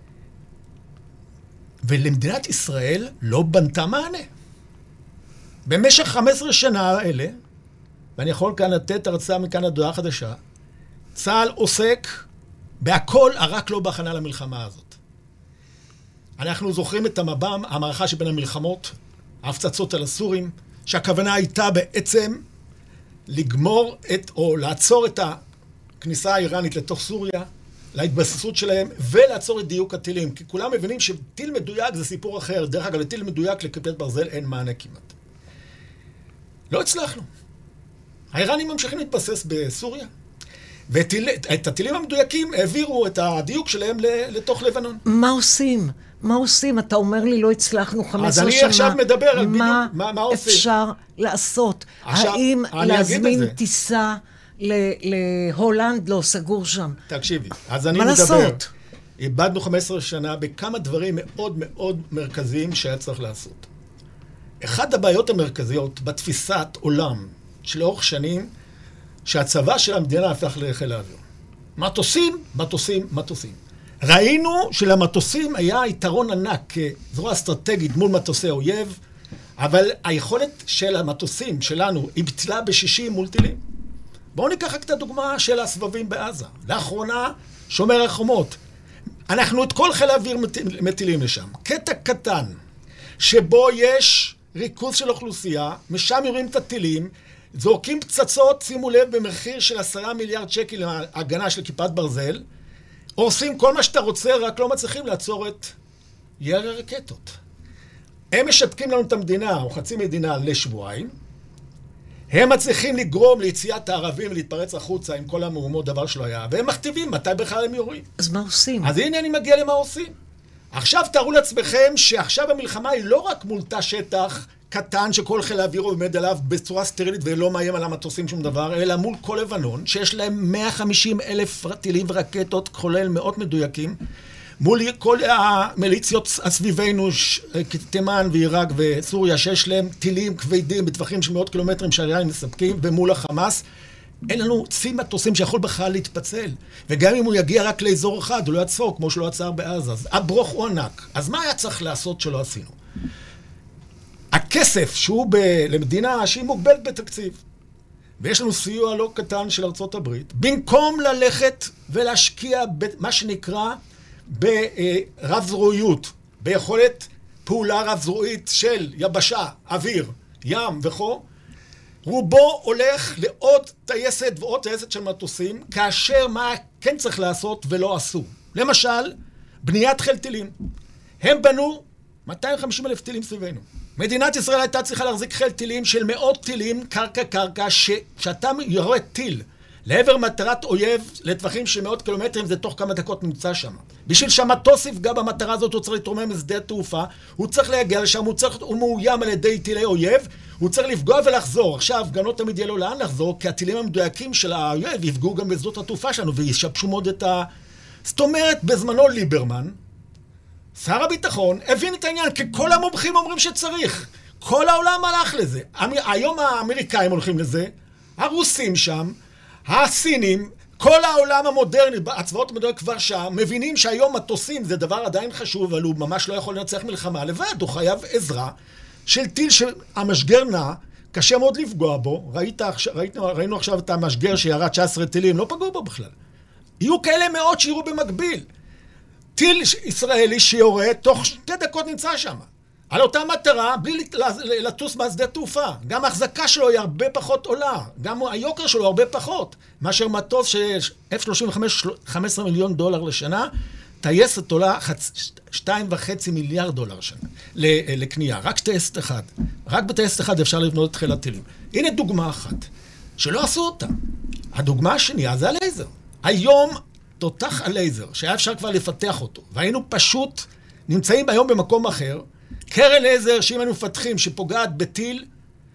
ולמדינת ישראל לא בנתה מענה. במשך 15 שנה האלה, ואני יכול כאן לתת הרצאה מכאן עד הודעה חדשה, צה"ל עוסק בהכל, רק לא בהכנה למלחמה הזאת. אנחנו זוכרים את המב"ם, המערכה שבין המלחמות, ההפצצות על הסורים, שהכוונה הייתה בעצם לגמור או לעצור את הכניסה האיראנית לתוך סוריה, להתבססות שלהם, ולעצור את דיוק הטילים. כי כולם מבינים שטיל מדויק זה סיפור אחר. דרך אגב, לטיל מדויק לכיפת ברזל אין מענה כמעט. לא הצלחנו. האיראנים ממשיכים להתבסס בסוריה, ואת הטילים המדויקים העבירו את הדיוק שלהם לתוך לבנון. מה עושים? מה עושים? אתה אומר לי לא הצלחנו 15 שנה. אז אני עכשיו מדבר על בדיוק מה עושים. מה אפשר לעשות? האם להזמין טיסה להולנד? לא, סגור שם. תקשיבי, אז אני מדבר. מה לעשות? איבדנו 15 שנה בכמה דברים מאוד מאוד מרכזיים שהיה צריך לעשות. אחת הבעיות המרכזיות בתפיסת עולם שלאורך שנים, שהצבא של המדינה הפך לחיל האוויר. מטוסים, מטוסים, מטוסים. ראינו שלמטוסים היה יתרון ענק כזרוע אסטרטגית מול מטוסי אויב, אבל היכולת של המטוסים שלנו היא בטלה ב-60 מול טילים. בואו ניקח את הדוגמה של הסבבים בעזה. לאחרונה, שומר החומות. אנחנו את כל חיל האוויר מטילים לשם. קטע קטן, שבו יש ריכוז של אוכלוסייה, משם יורים את הטילים, זורקים פצצות, שימו לב, במחיר של 10 מיליארד שקל להגנה של כיפת ברזל, הורסים כל מה שאתה רוצה, רק לא מצליחים לעצור את ירי הרקטות. הם משתקים לנו את המדינה, או חצי מדינה, לשבועיים. הם מצליחים לגרום ליציאת הערבים ולהתפרץ החוצה עם כל המהומות, דבר שלא היה, והם מכתיבים מתי בכלל הם יורים. אז מה עושים? אז הנה אני מגיע למה עושים. עכשיו תארו לעצמכם שעכשיו המלחמה היא לא רק מול תא שטח קטן שכל חיל האוויר עומד עליו בצורה סטרילית ולא מאיים על המטוסים שום דבר, אלא מול כל לבנון, שיש להם 150,000 טילים ורקטות, כולל מאות מדויקים, מול כל המיליציות הסביבנו, תימן ועיראק וסוריה, שיש להם טילים כבדים בטווחים של מאות קילומטרים שהאיראנים מספקים, ומול החמאס, אין לנו צי מטוסים שיכול בכלל להתפצל. וגם אם הוא יגיע רק לאזור אחד, הוא לא יעצור כמו שלא עצר בעזה. אז הברוך הוא ענק. אז מה היה צריך לעשות שלא עשינו? הכסף שהוא למדינה שהיא מוגבלת בתקציב, ויש לנו סיוע לא קטן של ארצות הברית, במקום ללכת ולהשקיע במה שנקרא ברב זרועיות, ביכולת פעולה רב זרועית של יבשה, אוויר, ים וכו', רובו הולך לעוד טייסת ועוד טייסת של מטוסים, כאשר מה כן צריך לעשות ולא עשו. למשל, בניית חיל טילים. הם בנו 250,000 טילים סביבנו. מדינת ישראל הייתה צריכה להחזיק חיל טילים של מאות טילים, קרקע, שאתה יורה טיל לעבר מטרת אויב לטווחים של מאות קילומטרים, זה תוך כמה דקות נמצא שם. בשביל שהמטוס יפגע במטרה הזאת, הוא צריך להתרומם משדה תעופה, הוא צריך להגיע לשם, הוא מאוים על ידי טילי אויב, הוא צריך לפגוע ולחזור. עכשיו, גם לא תמיד יהיה לו לאן לחזור, כי הטילים המדויקים של האויב יפגעו גם בשדות התעופה שלנו, וישבשו מאוד את זאת אומרת, בזמנו ליברמן, שר הביטחון, הבין את העניין, כי כל המומחים אומרים שצריך. כל העולם הלך לזה. היום האמריקאים הולכים לזה, הרוסים שם, הסינים, כל העולם המודרני, הצבאות המודרניות כבר שם, מבינים שהיום מטוסים זה דבר עדיין חשוב, אבל הוא ממש לא יכול לנצח מלחמה לבד, הוא חייב עזרה של טיל שהמשגר נע, קשה מאוד לפגוע בו, ראינו עכשיו את המשגר שירה 19 טילים, לא פגעו בו בכלל. יהיו כאלה מאות שירו במקביל. טיל ישראלי שיורה, תוך 2 דקות נמצא שם. על אותה מטרה, בלי לטוס מהשדה תעופה. גם ההחזקה שלו היא הרבה פחות עולה. גם היוקר שלו הרבה פחות. מאשר מטוס ש-F-35, 15 מיליון דולר לשנה, טייסת עולה 2.5 מיליארד דולר לשנה לקנייה. רק טייסת אחד. רק בטייסת אחד אפשר לבנות את חיל הטילים. הנה דוגמה אחת, שלא עשו אותה. הדוגמה השנייה זה הלייזר. היום תותח הלייזר, שהיה אפשר כבר לפתח אותו, והיינו פשוט נמצאים היום במקום אחר, קרן לייזר שאם היינו מפתחים שפוגעת בטיל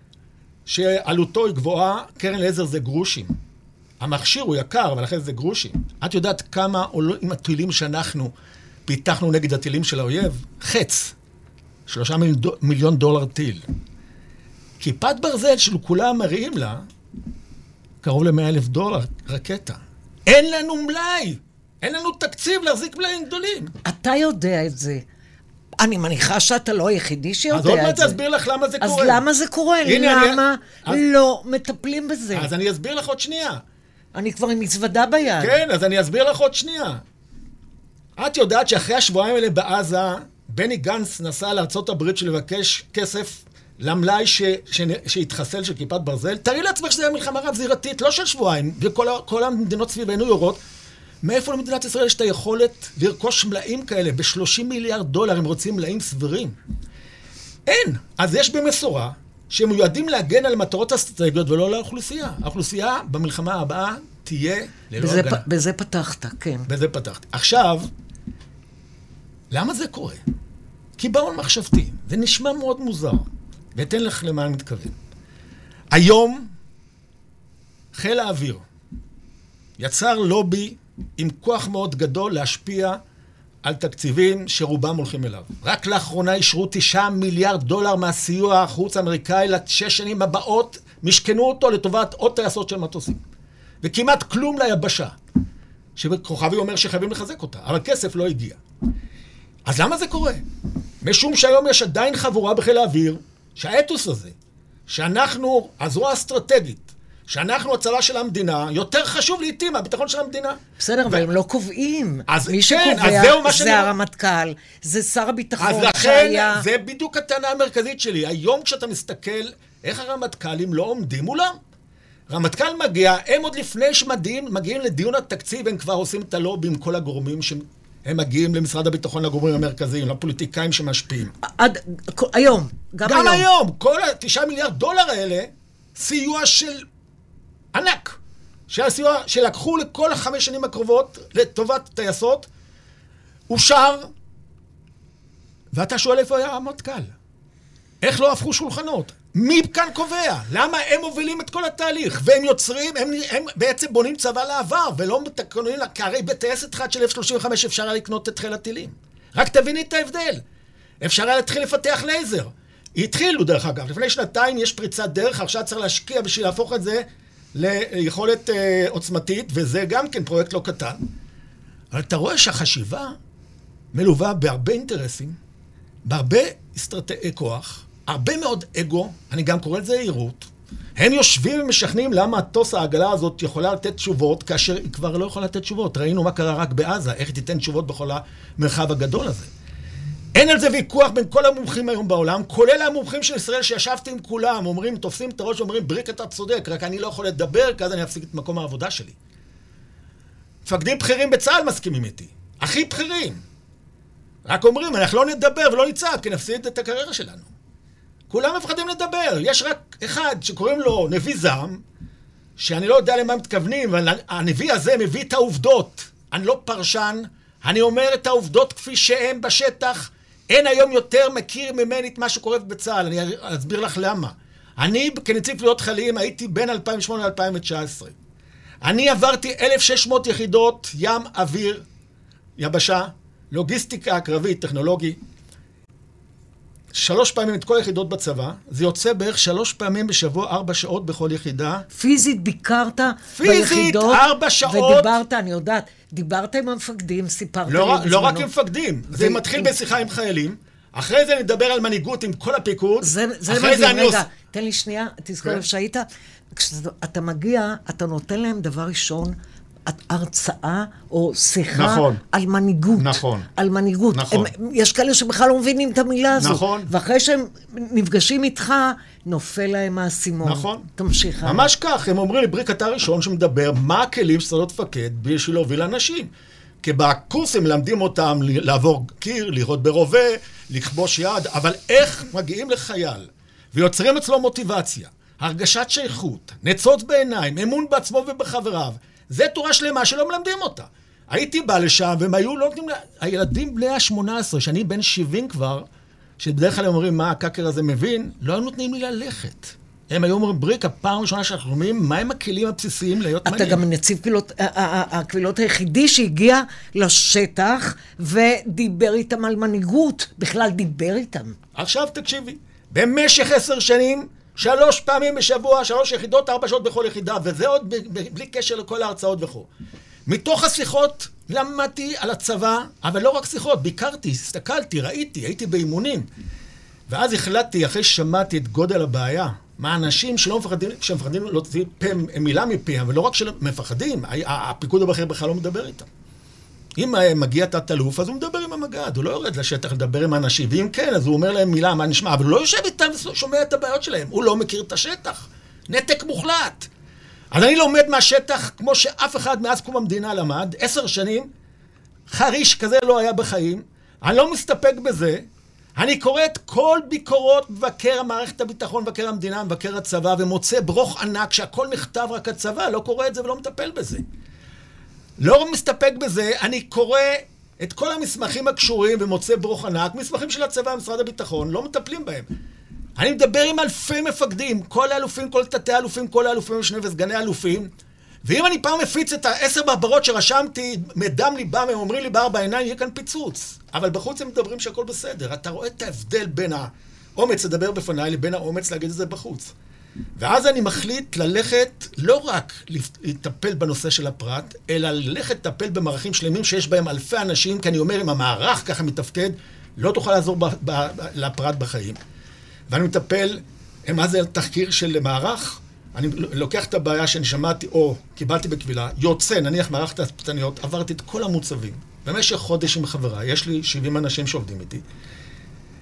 שעלותו היא גבוהה, קרן לייזר זה גרושים. המכשיר הוא יקר, אבל אחרי זה גרושים. את יודעת כמה עולים הטילים שאנחנו פיתחנו נגד הטילים של האויב? חץ. 3 מיליון דולר טיל. כיפת ברזל שלו כולם מראים לה קרוב ל$100,000 רקטה. אין לנו מלאי. אין לנו תקציב להחזיק מלאים גדולים. אתה יודע את זה. אני מניחה שאתה לא היחידי שיודע את זה. אז עוד מעט אסביר לך למה זה קורה. אז למה זה קורה? למה לא מטפלים בזה? אז אני אסביר לך עוד שנייה. אני כבר עם מזוודה ביד. כן, אז אני אסביר לך עוד שנייה. את יודעת שאחרי השבועיים האלה בעזה, בני גנץ נסע לארצות הברית לבקש כסף למלאי שהתחסל של כיפת ברזל. תראי לעצמך שזה היה מלחמה רב זירתית, לא של שבועיים, וכל המדינות סביבנו יורות. מאיפה למדינת ישראל יש את היכולת לרכוש מלאים כאלה ב$30 מיליארד, אם רוצים מלאים סבירים? אין. אז יש במסורה שהם מיועדים להגן על מטרות אסטרטגיות ולא לאוכלוסייה. האוכלוסייה במלחמה הבאה תהיה ללא הגנה. בזה פתחת, כן. בזה פתחתי. עכשיו, למה זה קורה? קיבעון מחשבתי. זה נשמע מאוד מוזר. ואתן לך למה אני מתכוון. היום, חיל האוויר יצר לובי עם כוח מאוד גדול להשפיע על תקציבים שרובם הולכים אליו. רק לאחרונה אישרו $9 מיליארד מהסיוע החוץ האמריקאי ל6 שנים הבאות, משכנו אותו לטובת עוד טייסות של מטוסים. וכמעט כלום ליבשה, שכוכבי אומר שחייבים לחזק אותה, אבל כסף לא הגיע. אז למה זה קורה? משום שהיום יש עדיין חבורה בחיל האוויר, שהאתוס הזה, שאנחנו הזרוע האסטרטגית, שאנחנו הצלה של המדינה, יותר חשוב לעתים מהביטחון של המדינה. בסדר, אבל הם לא קובעים. כן, מי שקובע זה הרמטכ"ל, זה שר הביטחון שהיה... אז לכן, זה בדיוק הטענה המרכזית שלי. היום כשאתה מסתכל איך הרמטכ"לים לא עומדים מולם. רמטכ"ל מגיע, הם עוד לפני שמגיעים לדיון התקציב, הם כבר עושים את הלובי עם כל הגורמים שהם מגיעים למשרד הביטחון, לגורמים המרכזיים, לפוליטיקאים שמשפיעים. היום, גם היום, כל $9 מיליארד האלה, סיוע של ענק. שהסיוע שלקחו לכל 5 שנים הקרובות לטובת טייסות, אושר, ואתה שואל איפה היה המטכ"ל? איך לא הפכו שולחנות? מי כאן קובע? למה הם מובילים את כל התהליך? והם יוצרים, הם בעצם בונים צבא לעבר, ולא מתקנים, כי הרי בטייסת אחד של F-35 אפשר היה לקנות את חיל הטילים. רק תביני את ההבדל. אפשר היה להתחיל לפתח לייזר. התחילו דרך אגב, לפני 2 יש פריצת דרך, עכשיו צריך להשקיע בשביל להפוך את זה ליכולת עוצמתית, וזה גם כן פרויקט לא קטן. אבל אתה רואה שהחשיבה מלווה בהרבה אינטרסים, בהרבה כוח, הרבה מאוד אגו, אני גם קורא לזה עירות. הם יושבים ומשכנעים למה הטוס העגלה הזאת יכולה לתת תשובות, כאשר היא כבר לא יכולה לתת תשובות. ראינו מה קרה רק בעזה, איך היא תיתן תשובות בכל המרחב הגדול הזה. אין על זה ויכוח בין כל המומחים היום בעולם, כולל המומחים של ישראל שישבתי עם כולם, אומרים, תופסים את הראש ואומרים, בריק אתה צודק, רק אני לא יכול לדבר, כי אז אני אפסיק את מקום העבודה שלי. מפקדים בכירים בצה"ל מסכימים איתי, הכי בכירים. רק אומרים, אנחנו לא נדבר ולא נצעק, כי נפסיד את הקריירה שלנו. כולם מפחדים לדבר, יש רק אחד שקוראים לו נביא זעם, שאני לא יודע למה הם מתכוונים, אבל הנביא הזה מביא את העובדות. אני לא פרשן, אני אומר את העובדות כפי שהם בשטח, אין היום יותר מכיר ממני את מה שקורה בצה"ל, אני אסביר לך למה. אני כנציב קבילות חיילים הייתי בין 2008 ל-2019. אני עברתי 1,600 יחידות ים, אוויר, יבשה, לוגיסטיקה, קרבית, טכנולוגי. 3 פעמים את כל היחידות בצבא, זה יוצא בערך 3 פעמים בשבוע, 4 שעות בכל יחידה. פיזית ביקרת ביחידות. פיזית, 4 שעות. ודיברת, אני יודעת, דיברת עם המפקדים, סיפרת לי בזמנו. לא רק עם מפקדים, זה מתחיל בשיחה עם חיילים, אחרי זה נדבר על מנהיגות עם כל הפיקוד, זה מדהים, רגע, תן לי שנייה, תזכור איפה שהיית. כשאתה מגיע, אתה נותן להם דבר ראשון, הרצאה או שיחה נכון, על מנהיגות. נכון. על מנהיגות. נכון. יש כאלה שבכלל לא מבינים את המילה הזאת. נכון. ואחרי שהם נפגשים איתך, נופל להם האסימון. נכון. תמשיך. ממש כך, הם אומרים לי, בריק, אתה הראשון שמדבר, מה הכלים שצריך לפקד בשביל להוביל אנשים? כי בקורסים מלמדים אותם לעבור קיר, לראות ברובה, לכבוש יד, אבל איך מגיעים לחייל ויוצרים אצלו מוטיבציה, הרגשת שייכות, נצוץ בעיניים, אמון בעצמו ובחבריו, זה תורה שלמה שלא מלמדים אותה. הייתי בא לשם, והם היו לא נותנים, הילדים בני ה-18, שאני בן 70 כבר, שבדרך כלל הם אומרים, מה הקקר הזה מבין? לא היו נותנים לי ללכת. הם היו אומרים, בריק, הפעם ראשונה שאנחנו אומרים, מה הם הכלים הבסיסיים להיות מנהיג? אתה גם נציב הקבילות היחידי שהגיע לשטח, ודיבר איתם על מנהיגות. בכלל דיבר איתם. עכשיו תקשיבי, במשך 10 שנים, 3 פעמים בשבוע, 3 יחידות, 4 שעות בכל יחידה, וזה עוד בלי קשר לכל ההרצאות וכו'. מתוך השיחות למדתי על הצבא, אבל לא רק שיחות, ביקרתי, הסתכלתי, ראיתי, הייתי באימונים. ואז החלטתי, אחרי ששמעתי את גודל הבעיה, מה אנשים שלא מפחדים, שמפחדים לא תביא מילה מפיהם, ולא רק שמפחדים, הפיקוד הבכיר בכלל לא מדבר איתם. אם מגיע תת-אלוף, אז הוא מדבר עם המג"ד, הוא לא יורד לשטח לדבר עם האנשים, ואם כן, אז הוא אומר להם מילה, מה נשמע, אבל הוא לא יושב איתם ושומע את הבעיות שלהם, הוא לא מכיר את השטח. נתק מוחלט. אז אני לומד מהשטח, כמו שאף אחד מאז קום המדינה למד, 10 שנים, חריש כזה לא היה בחיים, אני לא מסתפק בזה, אני קורא את כל ביקורות מבקר מערכת הביטחון, מבקר המדינה, מבקר הצבא, ומוצא ברוך ענק שהכל נכתב רק הצבא, לא קורא את זה ולא מטפל בזה. לא מסתפק בזה, אני קורא את כל המסמכים הקשורים ומוצא ברוך ענק, מסמכים של הצבא ומשרד הביטחון, לא מטפלים בהם. אני מדבר עם אלפי מפקדים, כל האלופים, כל תתי האלופים, כל האלופים ושני וסגני האלופים, ואם אני פעם מפיץ את 10 ברברות שרשמתי, מדם ליבם, הם אומרים לי בארבע עיניים, יהיה כאן פיצוץ. אבל בחוץ הם מדברים שהכל בסדר. אתה רואה את ההבדל בין האומץ לדבר בפניי לבין האומץ להגיד את זה בחוץ. ואז אני מחליט ללכת לא רק לטפל בנושא של הפרט, אלא ללכת לטפל במערכים שלמים שיש בהם אלפי אנשים, כי אני אומר, אם המערך ככה מתפקד, לא תוכל לעזור לפרט בחיים. ואני מטפל, מה זה תחקיר של מערך? אני לוקח את הבעיה שאני שמעתי, או קיבלתי בקבילה, יוצא, נניח מערכת תצפיתניות, עברתי את כל המוצבים. במשך חודש עם חברה, יש לי 70 אנשים שעובדים איתי.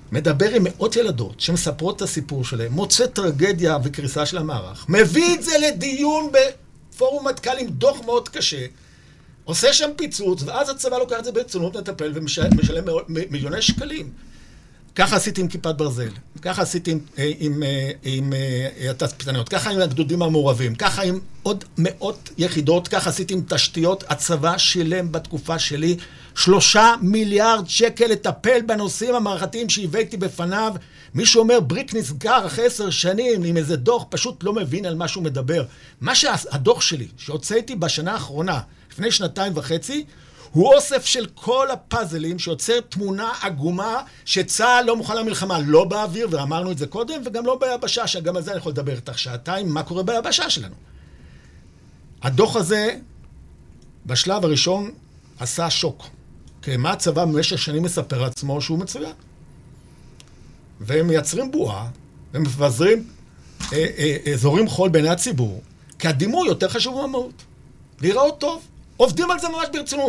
מדבר עם מאות ילדות שמספרות את הסיפור שלהם, מוצא טרגדיה וקריסה של המערך, מביא את זה לדיון בפורום מטכ"ל עם דוח מאוד קשה, עושה שם פיצוץ, ואז הצבא לוקח את זה ברצינות, מטפל ומשלם מיליוני שקלים. ככה עשיתי עם כיפת ברזל, ככה עשיתי עם התצפיתניות, ככה עם הגדודים המעורבים, ככה עם עוד מאות יחידות, ככה עשיתי עם תשתיות. הצבא שילם בתקופה שלי 3 מיליארד שקל לטפל בנושאים המערכתיים שהבאתי בפניו. מי שאומר בריק נסגר אחרי 10 שנים עם איזה דוח, פשוט לא מבין על מה שהוא מדבר. מה שהדוח שלי, שהוצאתי בשנה האחרונה, לפני 2.5 שנים, הוא אוסף של כל הפאזלים שיוצר תמונה עגומה שצה"ל לא מוכן למלחמה, לא באוויר, ואמרנו את זה קודם, וגם לא ביבשה, שגם על זה אני יכול לדבר איתך שעתיים, מה קורה ביבשה שלנו. הדוח הזה, בשלב הראשון, עשה שוק. כי מה הצבא במשך שנים מספר עצמו שהוא מצוין. והם מייצרים בועה, ומפזרים אזורים חול בעיני הציבור, כי הדימוי יותר חשוב מהמהות. להיראות טוב. עובדים על זה ממש ברצינות,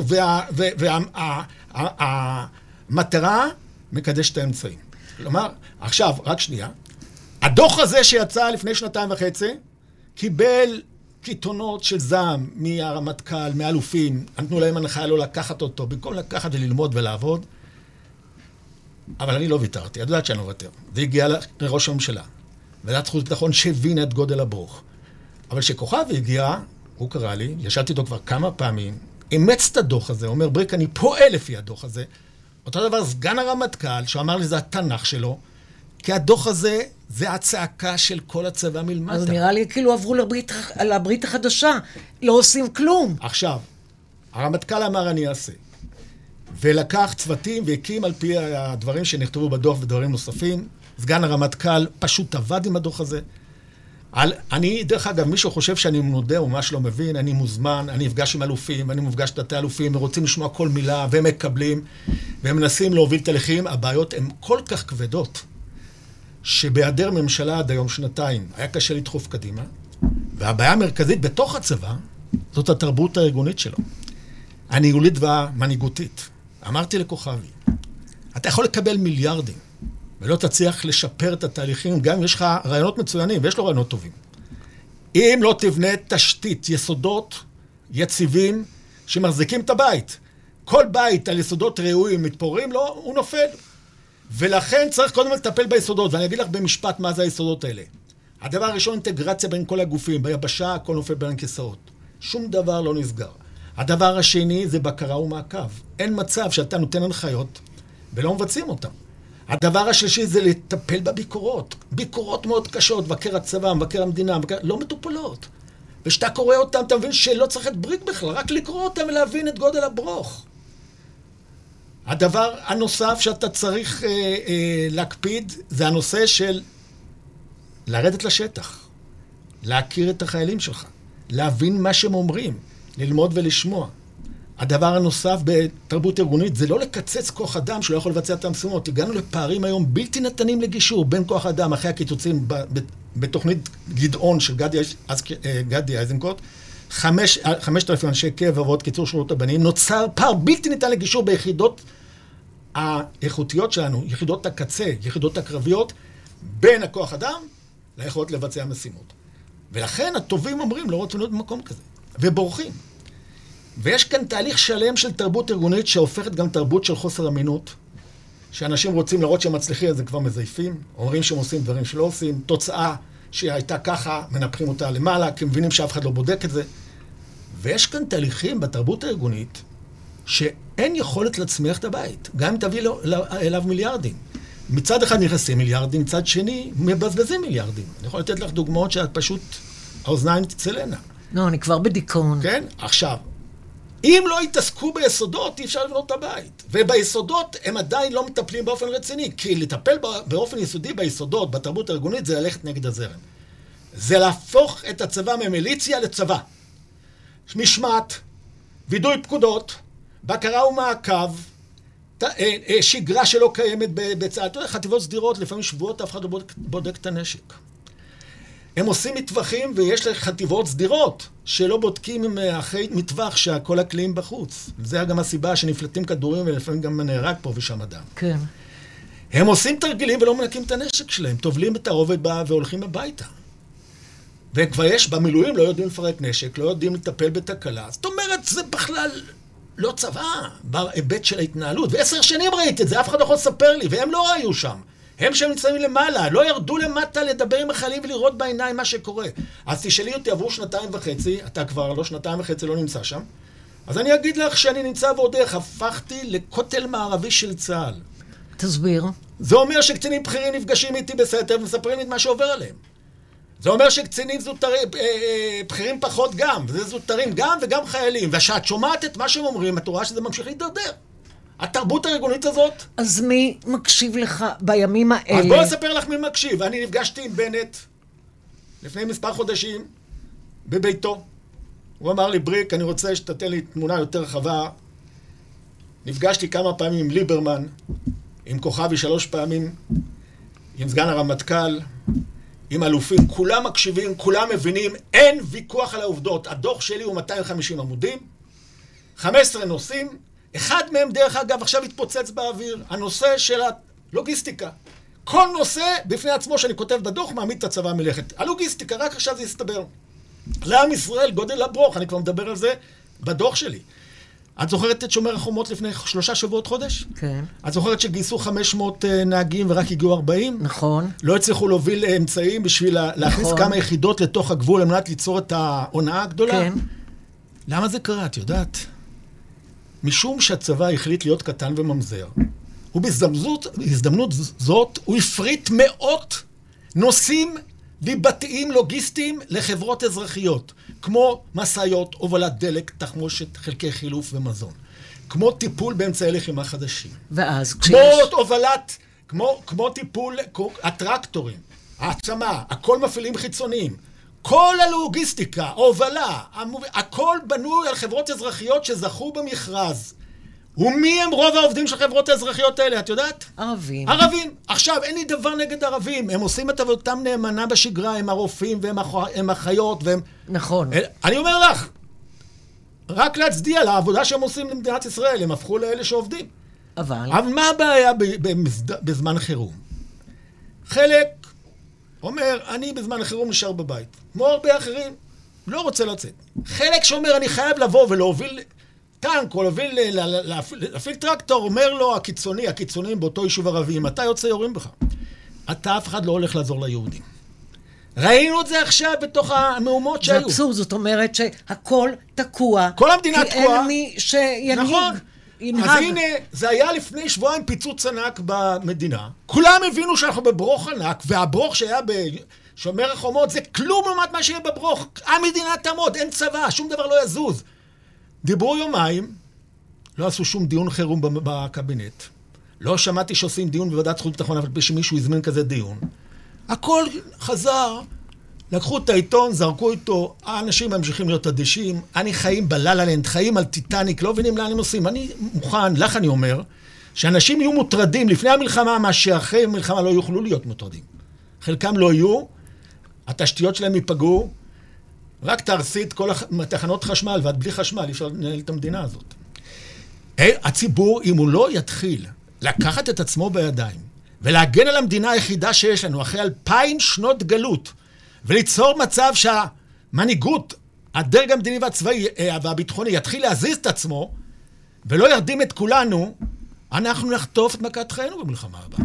והמטרה מקדש את האמצעים. כלומר, עכשיו, רק שנייה, הדוח הזה שיצא לפני 2.5 שנים, קיבל קיתונות של זעם מהרמטכ"ל, מאלופים, נתנו להם הנחיה לא לקחת אותו, במקום לקחת וללמוד ולעבוד, אבל אני לא ויתרתי, את יודעת שאני לא ויתר. זה הגיע לראש הממשלה, ועדת חוץ וביטחון שהבין את גודל הברוך. אבל כשכוכבי הגיע, הוא קרא לי, ישבתי איתו כבר כמה פעמים, אימץ את הדוח הזה, אומר, בריק, אני פועל לפי הדוח הזה. אותו דבר, סגן הרמטכ"ל, שאמר לי, זה התנ"ך שלו, כי הדוח הזה, זה הצעקה של כל הצבא מלמטה. אז נראה לי כאילו עברו לברית החדשה, לא עושים כלום. עכשיו, הרמטכ"ל אמר, אני אעשה. ולקח צוותים והקים על פי הדברים שנכתבו בדוח ודברים נוספים. סגן הרמטכ"ל פשוט עבד עם הדוח הזה. אני, דרך אגב, מישהו חושב שאני מנודה או ממש לא מבין, אני מוזמן, אני אפגש עם אלופים, אני מפגש את תתי-אלופים, הם רוצים לשמוע כל מילה, והם מקבלים, והם מנסים להוביל תהליכים. הבעיות הן כל כך כבדות, שבהיעדר ממשלה עד היום 2 היה קשה לדחוף קדימה, והבעיה המרכזית בתוך הצבא, זאת התרבות הארגונית שלו. הניהולית והמנהיגותית. אמרתי לכוכבי, אתה יכול לקבל מיליארדים, ולא תצליח לשפר את התהליכים, גם אם יש לך רעיונות מצוינים, ויש לו רעיונות טובים. אם לא תבנה תשתית, יסודות יציבים שמחזיקים את הבית. כל בית על יסודות ראויים מתפוררים לו, הוא נופל. ולכן צריך קודם לטפל ביסודות, ואני אגיד לך במשפט מה זה היסודות האלה. הדבר הראשון, אינטגרציה בין כל הגופים, ביבשה הכל נופל בין כיסאות. שום דבר לא נסגר. הדבר השני זה בקרה ומעקב. אין מצב שאתה נותן הנחיות ולא מבצעים אותם. הדבר השלישי זה לטפל בביקורות. ביקורות מאוד קשות, מבקר הצבא, מבקר המדינה, לא מטופלות. ושאתה קורא אותם, אתה מבין שלא צריך את בריק בכלל, רק לקרוא אותם ולהבין את גודל הברוך. הדבר הנוסף שאתה צריך להקפיד, זה הנושא של לרדת לשטח, להכיר את החיילים שלך, להבין מה שהם אומרים, ללמוד ולשמוע. הדבר הנוסף בתרבות ארגונית זה לא לקצץ כוח אדם שלא יכול לבצע את המשימות. הגענו לפערים היום בלתי ניתנים לגישור בין כוח אדם אחרי הקיצוצים בתוכנית גדעון של גדי איזנקוט, 5,000 אנשי קבע ועוד קיצור שירות הבנים, נוצר פער בלתי ניתן לגישור ביחידות האיכותיות שלנו, יחידות הקצה, יחידות הקרביות, בין הכוח אדם ליכולת לבצע משימות. ולכן הטובים אומרים לא רוצים להיות במקום כזה, ובורחים. ויש כאן תהליך שלם של תרבות ארגונית שהופכת גם תרבות של חוסר אמינות, שאנשים רוצים לראות שהם מצליחים, אז הם כבר מזייפים, אומרים שהם עושים דברים שלא עושים, תוצאה שהייתה ככה, מנפחים אותה למעלה, כי מבינים שאף אחד לא בודק את זה. ויש כאן תהליכים בתרבות הארגונית שאין יכולת להצמיח את הבית, גם אם תביא אליו מיליארדים. מצד אחד נכנסים מיליארדים, מצד שני מבזבזים מיליארדים. אני יכול לתת לך דוגמאות שאת פשוט, האוזניים תצלנה. לא, אני כבר בדיכאון. כן? עכשיו, אם לא יתעסקו ביסודות, אי אפשר לבנות את הבית. וביסודות הם עדיין לא מטפלים באופן רציני, כי לטפל באופן יסודי ביסודות, בתרבות הארגונית, זה ללכת נגד הזרם. זה להפוך את הצבא ממיליציה לצבא. משמעת, וידוי פקודות, בקרה ומעקב, שגרה שלא קיימת בצה"ל. אתה יודע, חטיבות סדירות, לפעמים שבועות אף אחד לא בודק את הנשק. הם עושים מטווחים ויש חטיבות סדירות שלא בודקים אחרי מטווח שכל הכלים בחוץ. זה גם הסיבה שנפלטים כדורים ולפעמים גם נהרג פה ושם אדם. כן. הם עושים תרגילים ולא מנקים את הנשק שלהם, טובלים את הרובד והולכים הביתה. וכבר יש, במילואים לא יודעים לפרק נשק, לא יודעים לטפל בתקלה. זאת אומרת, זה בכלל לא צבא, בהיבט של ההתנהלות. ו10 שנים ראיתי את זה, אף אחד לא יכול לספר לי, והם לא היו שם. הם שהם נמצאים למעלה, לא ירדו למטה לדבר עם החיילים ולראות בעיניים מה שקורה. אז תשאלי אותי, עברו 2.5, אתה כבר לא 2.5 לא נמצא שם. אז אני אגיד לך שאני נמצא ועוד איך, הפכתי לכותל מערבי של צה"ל. תסביר. זה אומר שקצינים בכירים נפגשים איתי בסתר ומספרים לי את מה שעובר עליהם. זה אומר שקצינים זוטרים, בכירים פחות גם, וזה זוטרים גם וגם חיילים. ושאת שומעת את מה שהם אומרים, את רואה שזה ממשיך להידרדר. התרבות הארגונית הזאת. אז מי מקשיב לך בימים האלה? אז בואו אספר לך מי מקשיב. אני נפגשתי עם בנט לפני מספר חודשים בביתו. הוא אמר לי, בריק, אני רוצה שתתן לי תמונה יותר רחבה. נפגשתי כמה פעמים עם ליברמן, עם כוכבי 3 פעמים, עם סגן הרמטכ"ל, עם אלופים. כולם מקשיבים, כולם מבינים, אין ויכוח על העובדות. הדוח שלי הוא 250 עמודים, 15 נושאים, אחד מהם דרך אגב עכשיו התפוצץ באוויר, הנושא של הלוגיסטיקה. כל נושא בפני עצמו שאני כותב בדוח מעמיד את הצבא מלאכת. הלוגיסטיקה, רק עכשיו זה יסתבר. לעם ישראל, גודל הברוך, אני כבר מדבר על זה בדוח שלי. את זוכרת את שומר החומות לפני 3 שבועות חודש? כן. את זוכרת שגייסו 500 נהגים ורק הגיעו 40? נכון. לא הצליחו להוביל אמצעים בשביל להכניס כמה יחידות לתוך הגבול על מנת ליצור את ההונאה הגדולה? כן. למה זה קרה, את יודעת? משום שהצבא החליט להיות קטן וממזר. ובהזדמנות זאת הוא הפריט מאות נושאים ליבתיים לוגיסטיים לחברות אזרחיות, כמו מסעיות, הובלת דלק, תחמושת, חלקי חילוף ומזון. כמו טיפול באמצעי לחימה חדשים. ואז כמו הובלת, כמו טיפול, הטרקטורים, העצמה, הכל מפעילים חיצוניים. כל הלוגיסטיקה, ההובלה, הכל בנוי על חברות אזרחיות שזכו במכרז. ומי הם רוב העובדים של חברות האזרחיות האלה, את יודעת? ערבים. ערבים. עכשיו, אין לי דבר נגד ערבים. הם עושים את עבודתם נאמנה בשגרה, הם הרופאים והם החיות והם... נכון. אני אומר לך, רק להצדיע לעבודה שהם עושים למדינת ישראל, הם הפכו לאלה שעובדים. אבל מה הבעיה בזמן חירום? חלק אומר, אני בזמן חירום נשאר בבית. כמו הרבה אחרים, לא רוצה לצאת. חלק שאומר, אני חייב לבוא ולהוביל טנק, או להפעיל טרקטור, אומר לו הקיצונים באותו יישוב ערבי, אם אתה יוצא יורים בך. אתה אף אחד לא הולך לעזור ליהודים. ראינו את זה עכשיו בתוך המהומות שהיו. זה אבסורד, זאת אומרת שהכל תקוע. כל המדינה תקועה. כי אין מי שינהיג. נכון. אז הנה, זה היה לפני שבועיים פיצוץ ענק במדינה. כולם הבינו שאנחנו בברוך ענק, והברוך שהיה בשומר החומות זה כלום לעומת מה שיהיה בברוך. המדינה תעמוד, אין צבא, שום דבר לא יזוז. דיברו יומיים, לא עשו שום דיון חירום בקבינט. לא שמעתי שעושים דיון בוועדת חוץ וביטחון, אבל שמישהו הזמין כזה דיון. הכל חזר, לקחו את העיתון, זרקו איתו, האנשים ממשיכים להיות אדישים, אני חיים בללה-לנד, חיים על טיטניק, לא מבינים לאן הם עושים. אני מוכן, לך אני אומר, שאנשים יהיו מוטרדים לפני המלחמה, מה שאחרי המלחמה לא יוכלו להיות מוטרדים. חלקם לא יהיו, התשתיות שלהם ייפגעו, רק תרסי את כל התחנות חשמל, ואת בלי חשמל, אי אפשר לנהל את המדינה הזאת. הציבור, אם הוא לא יתחיל לקחת את עצמו בידיים, ולהגן על המדינה היחידה שיש לנו, אחרי 2000 שנות גלות, וליצור מצב שהמנהיגות, הדרג המדיני והצבאי והביטחוני, יתחיל להזיז את עצמו, ולא ירדים את כולנו, אנחנו נחטוף את מכת חיינו במלחמה הבאה.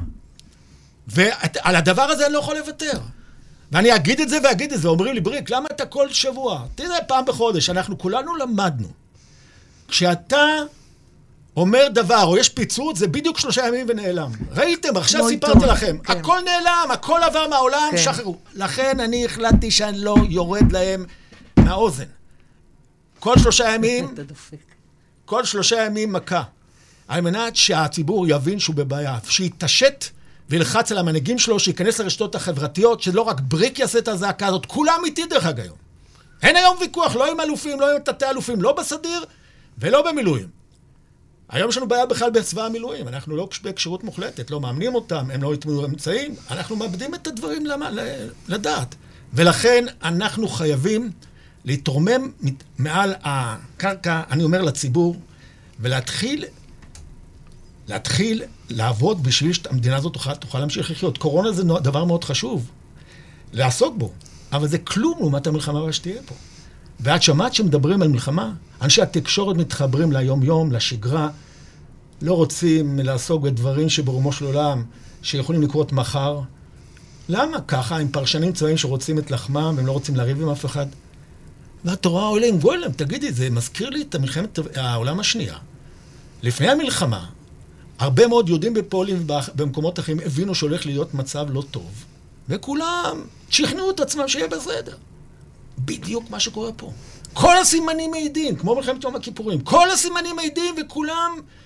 ועל הדבר הזה אני לא יכול לוותר. ואני אגיד את זה ואגיד את זה, אומרים לי, בריק, למה אתה כל שבוע? תראה, פעם בחודש, אנחנו כולנו למדנו. כשאתה אומר דבר, או יש פיצוץ, זה בדיוק 3 ימים ונעלם. ראיתם, עכשיו סיפרתי לכם. כן. הכל נעלם, הכל עבר מהעולם, כן. שחררו. לכן אני החלטתי שאני לא יורד להם מהאוזן. כל 3 ימים, כל 3 ימים מכה. על מנת שהציבור יבין שהוא בבעיה, שיתעשת וילחץ על המנהיגים שלו, שיכנס לרשתות החברתיות, שלא רק בריק יעשה את הזעקה הזאת, כולם איתי דרך אגב היום. אין היום ויכוח, לא עם אלופים, לא עם תתי אלופים, לא בסדיר ולא במילואים. היום יש לנו בעיה בכלל בצבא המילואים, אנחנו לא בכשירות מוחלטת, לא מאמנים אותם, הם לא יתמודדו אמצעים, אנחנו מאבדים את הדברים לדעת. ולכן אנחנו חייבים להתרומם מעל הקרקע, אני אומר לציבור, ולהתחיל לעבוד בשביל שהמדינה הזאת תוכל להמשיך לחיות. קורונה זה דבר מאוד חשוב, לעסוק בו, אבל זה כלום לעומת המלחמה שתהיה פה. ואת שמעת שמדברים על מלחמה? אנשי התקשורת מתחברים ליום-יום, לשגרה, לא רוצים לעסוק בדברים שברומו של עולם, שיכולים לקרות מחר. למה? ככה, עם פרשנים צבאיים שרוצים את לחמם, והם לא רוצים לריב עם אף אחד. והתורה עולה עם גולם, תגידי, זה מזכיר לי את מלחמת העולם השנייה. לפני המלחמה, הרבה מאוד יהודים בפולין ובמקומות אחרים הבינו שהולך להיות מצב לא טוב, וכולם שכנעו את עצמם שיהיה בסדר. בדיוק מה שקורה פה. כל הסימנים מעידים, כמו מלחמת יום הכיפורים, כל הסימנים מעידים וכולם,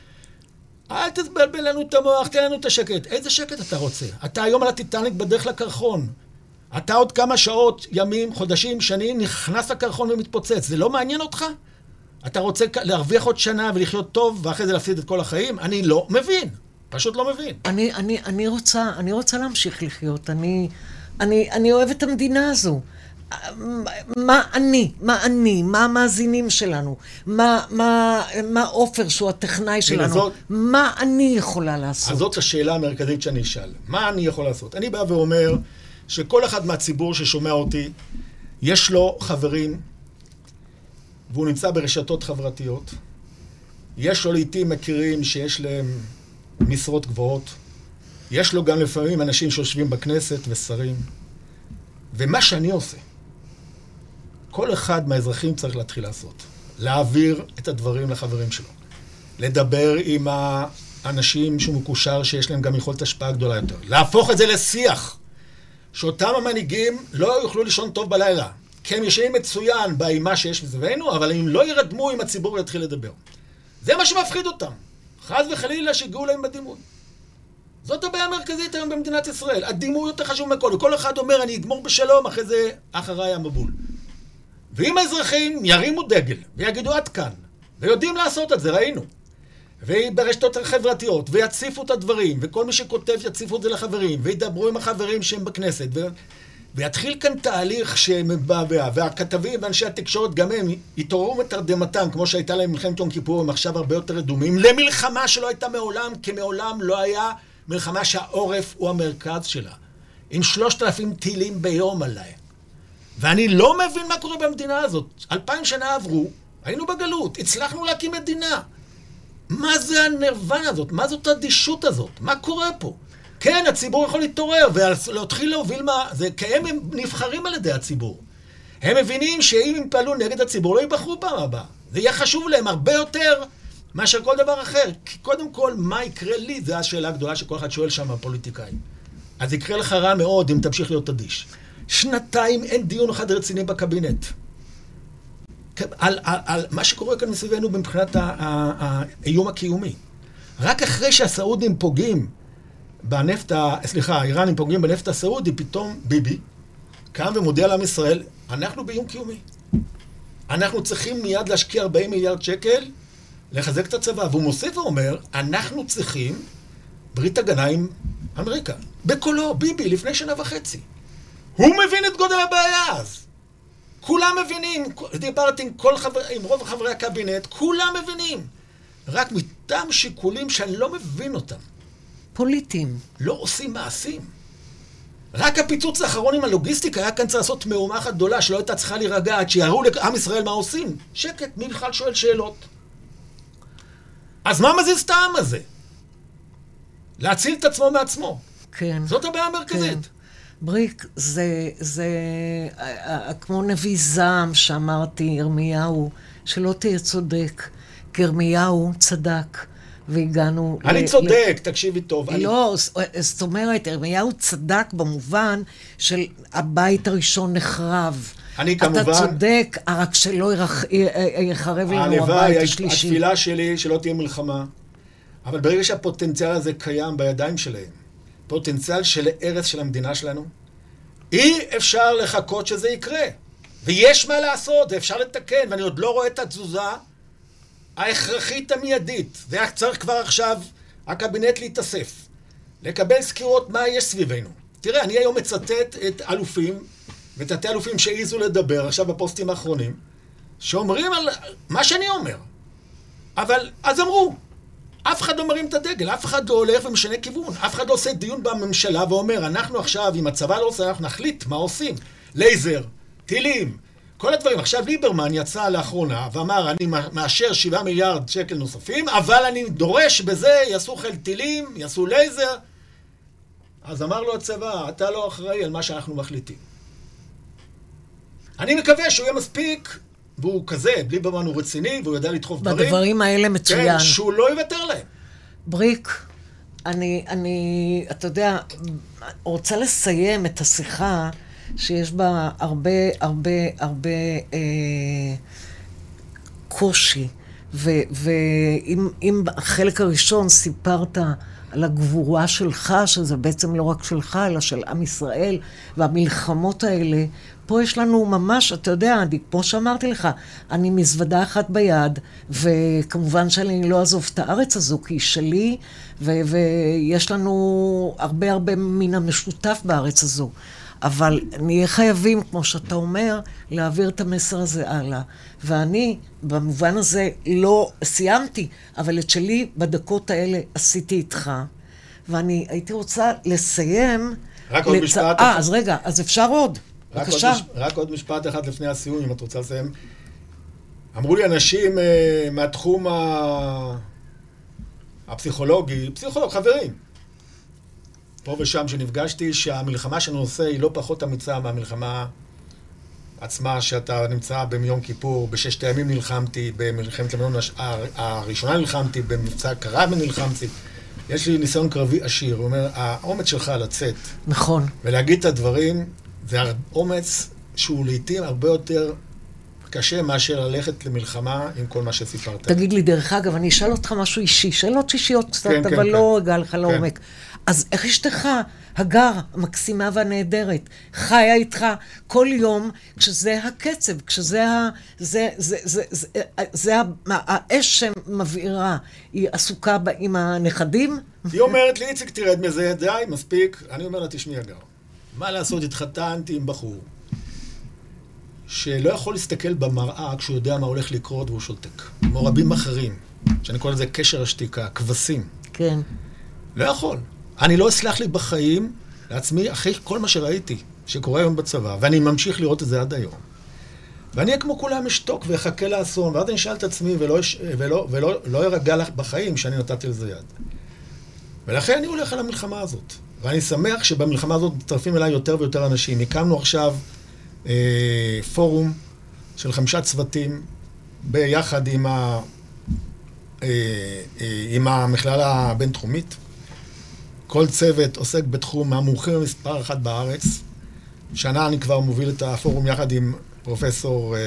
אל תתבלבל לנו את המוח, תן לנו את השקט. איזה שקט אתה רוצה? אתה היום על הטיטניק בדרך לקרחון. אתה עוד כמה שעות, ימים, חודשים, שנים, נכנס לקרחון ומתפוצץ. זה לא מעניין אותך? אתה רוצה להרוויח עוד שנה ולחיות טוב, ואחרי זה להפסיד את כל החיים? אני לא מבין. פשוט לא מבין. אני רוצה להמשיך לחיות. אני אוהב את המדינה הזו. מה המאזינים שלנו? מה אופר שהוא הטכנאי שלנו? מה אני יכולה לעשות? אז זאת השאלה המרכזית שאני אשאל. מה אני יכול לעשות? אני בא ואומר שכל אחד מהציבור ששומע אותי, יש לו חברים, והוא נמצא ברשתות חברתיות. יש לו לעתים מכירים שיש להם משרות גבוהות. יש לו גם לפעמים אנשים שיושבים בכנסת ושרים. ומה שאני עושה, כל אחד מהאזרחים צריך להתחיל לעשות. להעביר את הדברים לחברים שלו. לדבר עם האנשים שהוא מקושר שיש להם גם יכולת השפעה גדולה יותר. להפוך את זה לשיח. שאותם המנהיגים לא יוכלו לישון טוב בלילה. כי הם ישנים מצוין באימה שיש מסביבנו, אבל הם לא ירדמו עם הציבור ויתחיל לדבר. זה מה שמפחיד אותם. חס וחלילה שיגעו להם בדימוי. זאת הבעיה המרכזית היום במדינת ישראל. הדימוי יותר חשוב מכל. וכל אחד אומר, אני אגמור בשלום, אחרי זה אחריי המבול. ואם האזרחים ירימו דגל ויגידו עד כאן, ויודעים לעשות את זה, ראינו. וברשתות חברתיות, ויציפו את הדברים, וכל מי שכותב יציפו את זה לחברים, וידברו עם החברים שהם בכנסת, ויתחיל כאן תהליך שמבעבע, והכתבים ואנשי התקשורת גם הם יתעוררו מתרדמתם, כמו שהייתה להם מלחמת יום כיפור, הם עכשיו הרבה יותר רדומים, למלחמה שלא הייתה מעולם, כי מעולם לא היה מלחמה שהעורף הוא המרכז שלה, עם 3,000 טילים ביום עליי. ואני לא מבין מה קורה במדינה הזאת. 2000 שנה עברו, היינו בגלות, הצלחנו להקים מדינה. מה זה הנרוונה הזאת? מה זאת האדישות הזאת? מה קורה פה? כן, הציבור יכול להתעורר ולהתחיל להוביל מה... זה כי הם נבחרים על ידי הציבור. הם מבינים שאם הם פעלו נגד הציבור, לא ייבחרו פעם הבאה. זה יהיה חשוב להם הרבה יותר מאשר כל דבר אחר. כי קודם כל, מה יקרה לי? זו השאלה הגדולה שכל אחד שואל שם הפוליטיקאים. אז יקרה לך רע מאוד אם תמשיך להיות אדיש. 2 אין דיון אחד רציני בקבינט. על מה שקורה כאן מסביבנו מבחינת האיום הקיומי. רק אחרי שהסעודים פוגעים בנפט, האיראנים פוגעים בנפט הסעודי, פתאום ביבי קם ומודיע לעם ישראל, אנחנו באיום קיומי. אנחנו צריכים מיד להשקיע 40 מיליארד שקל לחזק את הצבא. והוא מוסיף ואומר, אנחנו צריכים ברית הגנה עם אמריקה. בקולו, ביבי, לפני 1.5 שנה. הוא מבין את גודל הבעיה אז. כולם מבינים, דיברתי עם רוב חברי הקבינט, כולם מבינים. רק מטעם שיקולים שאני לא מבין אותם. פוליטיים. לא עושים מעשים. רק הפיצוץ האחרון עם הלוגיסטיקה היה כאן צריך לעשות מהומה אחת גדולה שלא הייתה צריכה להירגע עד שיראו לעם ישראל מה עושים. שקט, מי בכלל שואל שאלות? אז מה מזיז את העם הזה? להציל את עצמו מעצמו. כן. זאת הבעיה המרכזית. כן. בריק, זה כמו נביא זעם שאמרתי, ירמיהו, שלא תהיה צודק, כי ירמיהו צדק, והגענו... אני צודק, תקשיבי טוב. לא, זאת אומרת, ירמיהו צדק במובן של הבית הראשון נחרב. אני כמובן... אתה צודק, רק שלא יחרב לנו הבית השלישי. התפילה שלי שלא תהיה מלחמה, אבל ברגע שהפוטנציאל הזה קיים בידיים שלהם, פוטנציאל של הרס של המדינה שלנו, אי אפשר לחכות שזה יקרה. ויש מה לעשות, ואפשר לתקן, ואני עוד לא רואה את התזוזה ההכרחית המיידית. זה צריך כבר עכשיו הקבינט להתאסף, לקבל סקירות מה יש סביבנו. תראה, אני היום מצטט את אלופים, ותתי אלופים שהעיזו לדבר עכשיו בפוסטים האחרונים, שאומרים על מה שאני אומר. אבל אז אמרו, אף אחד לא מרים את הדגל, אף אחד לא הולך ומשנה כיוון, אף אחד לא עושה דיון בממשלה ואומר, אנחנו עכשיו, אם הצבא לא עושה, אנחנו נחליט מה עושים. לייזר, טילים, כל הדברים. עכשיו ליברמן יצא לאחרונה ואמר, אני מאשר 7 מיליארד שקל נוספים, אבל אני דורש בזה, יעשו חיל טילים, יעשו לייזר. אז אמר לו הצבא, אתה לא אחראי על מה שאנחנו מחליטים. אני מקווה שהוא יהיה מספיק, והוא כזה, ליברמן הוא רציני, והוא יודע לדחוף דברים. בדברים האלה מצוין. כן, שהוא לא יוותר להם. בריק, אתה יודע, רוצה לסיים את השיחה שיש בה הרבה קושי. ואם החלק הראשון סיפרת על הגבורה שלך, שזה בעצם לא רק שלך, אלא של עם ישראל, והמלחמות האלה, פה יש לנו ממש, אתה יודע, כמו שאמרתי לך, אני מזוודה אחת ביד, וכמובן שאני לא אעזוב את הארץ הזו, כי היא שלי, ויש לנו הרבה מן המשותף בארץ הזו. אבל נהיה חייבים, כמו שאתה אומר, להעביר את המסר הזה הלאה. ואני, במובן הזה, לא סיימתי, אבל את שלי בדקות האלה עשיתי איתך. ואני הייתי רוצה לסיים... רק עוד משפט. אז רגע, אז אפשר עוד. בבקשה. רק עוד משפט אחד לפני הסיום, אם את רוצה לסיים. אמרו לי אנשים מהתחום הפסיכולוגי, חברים, פה ושם שנפגשתי, שהמלחמה שאני עושה היא לא פחות אמיצה מהמלחמה עצמה, שאתה נמצא ביום כיפור, בששת הימים נלחמתי, במלחמת לבנון הראשונה נלחמתי, במבצע קרב נלחמתי. יש לי ניסיון קרבי עשיר, הוא אומר, האומץ שלך לצאת. נכון. ולהגיד את הדברים, זה אומץ שהוא לעתים הרבה יותר קשה מאשר ללכת למלחמה עם כל מה שסיפרת. תגיד לי, דרך אגב, אני אשאל אותך משהו אישי, שאלות אישיות קצת, אבל לא אגע לך לעומק. אז איך אשתך, הגר, המקסימה והנהדרת, חיה איתך כל יום, כשזה הקצב, כשזה האש שמבעירה, היא עסוקה עם הנכדים? היא אומרת לי, איציק, תרד מזה, די, מספיק. אני אומר לה, תשמעי הגר, מה לעשות, התחתנתי עם בחור, שלא יכול להסתכל במראה כשהוא יודע מה הולך לקרות והוא שותק. כמו רבים אחרים, שאני קורא לזה קשר השתיקה, כבשים. כן. לא יכול. אני לא אסלח לי בחיים לעצמי אחרי כל מה שראיתי שקורה היום בצבא, ואני ממשיך לראות את זה עד היום. ואני אהיה כמו כולם אשתוק ואחכה לאסון, ואז אני אשאל את עצמי ולא ירגע לך בחיים שאני נתתי לזה יד. ולכן אני הולך על המלחמה הזאת. ואני שמח שבמלחמה הזאת מצטרפים אליי יותר ויותר אנשים. הקמנו עכשיו פורום של 5 צוותים ביחד עם המכללה הבינתחומית. כל צוות עוסק בתחום המומחים המספר 1 בארץ. שנה אני כבר מוביל את הפורום יחד עם פרופסור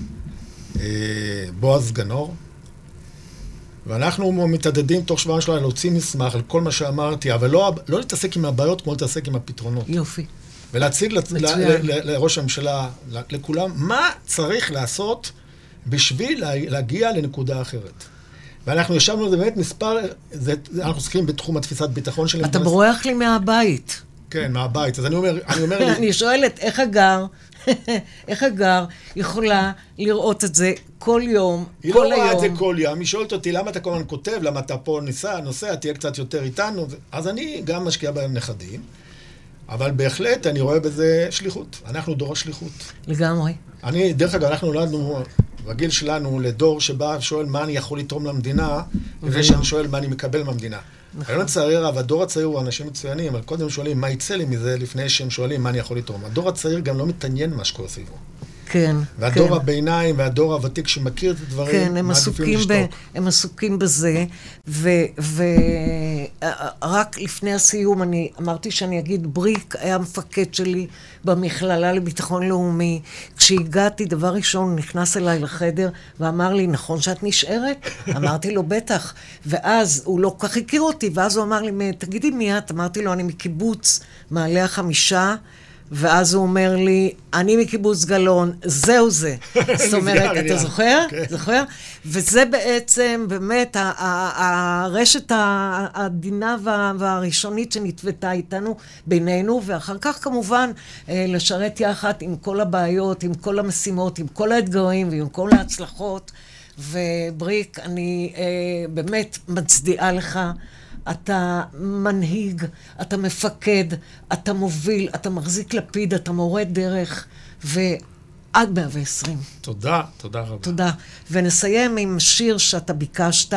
בועז גנור. ואנחנו מתעדדים תוך שבועיים שלנו להוציא מסמך על כל מה שאמרתי, אבל לא להתעסק עם הבעיות כמו להתעסק עם הפתרונות. יופי. ולהציג לראש הממשלה, לכולם, מה צריך לעשות בשביל להגיע לנקודה אחרת. ואנחנו ישבנו, זה באמת מספר, אנחנו עוסקים בתחום התפיסת ביטחון שלהם. אתה ברוח לי מהבית. כן, מהבית. אז אני אומר אני שואלת, איך הגר יכולה לראות את זה כל יום, כל היום? היא לא רואה את זה כל יום. היא שואלת אותי, למה אתה כל הזמן כותב, למה אתה פה נוסע, תהיה קצת יותר איתנו. אז אני גם משקיע בהם נכדים, אבל בהחלט אני רואה בזה שליחות. אנחנו דור השליחות. לגמרי. דרך אגב, אנחנו נולדנו בגיל שלנו לדור שבא שואל מה אני יכול לתרום למדינה, לפני שאני שואל מה אני מקבל מהמדינה. אני לא מצער רב, הדור הצעיר הוא אנשים מצוינים, אבל קודם שואלים מה יצא לי מזה לפני שהם שואלים מה אני יכול לתרום. הדור הצעיר גם לא מתעניין מה שקורה סביבו. כן. והדור הביניים והדור הוותיק שמכיר את הדברים, כן, הם עסוקים בזה, ורק לפני הסיום אני אמרתי שאני אגיד, בריק היה המפקד שלי במכללה לביטחון לאומי. כשהגעתי, דבר ראשון, נכנס אליי לחדר ואמר לי, נכון שאת נשארת? אמרתי לו, בטח. ואז הוא לא כל כך הכיר אותי, ואז הוא אמר לי, תגידי מי את? אמרתי לו, אני מקיבוץ מעלה החמישה, ואז הוא אומר לי, אני מקיבוץ גלון, זהו זה. זאת אומרת, אתה זוכר? זוכר? וזה בעצם באמת הרשת העדינה והראשונית שנתוותה איתנו, בינינו, ואחר כך כמובן לשרת יחד עם כל הבעיות, עם כל המשימות, עם כל האתגרים ועם כל ההצלחות. ובריק, אני באמת מצדיעה לך. אתה מנהיג, אתה מפקד, אתה מוביל, אתה מחזיק לפיד, אתה מורה דרך, ועד 120. תודה, תודה רבה. תודה. ונסיים עם שיר שאתה ביקשת,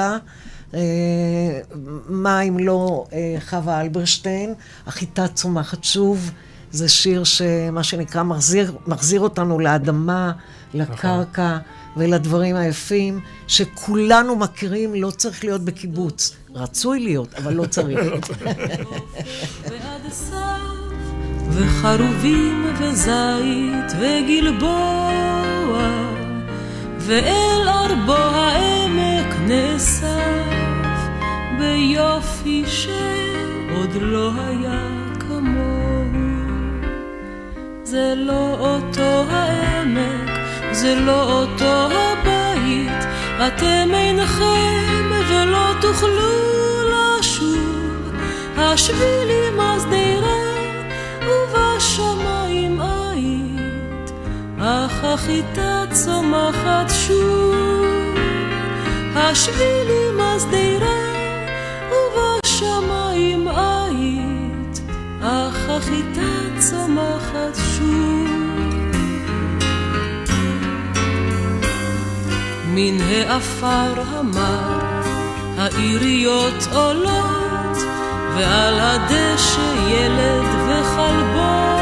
מה אם לא חווה אלברשטיין, החיטה צומחת שוב. זה שיר שמה שנקרא מחזיר אותנו לאדמה, לקרקע ולדברים היפים, שכולנו מכירים, לא צריך להיות בקיבוץ. רצוי להיות, אבל לא צריך. ועד הסף, וחרובים וזית וגלבוע, ואל ארבו העמק נאסף, ביופי שעוד לא היה כמוהו. זה לא אותו העמק, זה לא אותו הבית, אתם אינכם ולא תוכלו לשוב. השבילים השדרה ובשמיים היית, אך החיטה צומחת שוב. השבילים השדרה ובשמיים היית, אך החיטה צומחת שוב. מן האפר המר העיריות עולות, ועל הדשא ילד וחלבו,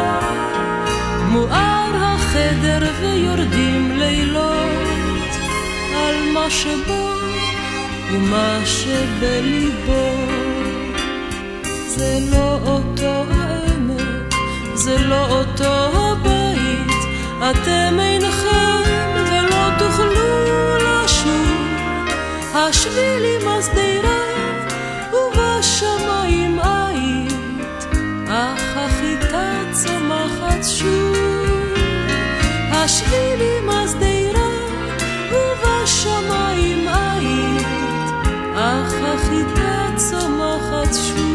מואר החדר ויורדים לילות על מה שבו ומה שבליבו. זה לא אותו העמק, זה לא אותו הבית, אתם אינכם ולא תוכלו לשוב. השבילים השדרה ובשמיים היית, אך החיטה צומחת שוב. השבילים השדרה ובשמיים היית, אך החיטה צומחת שוב.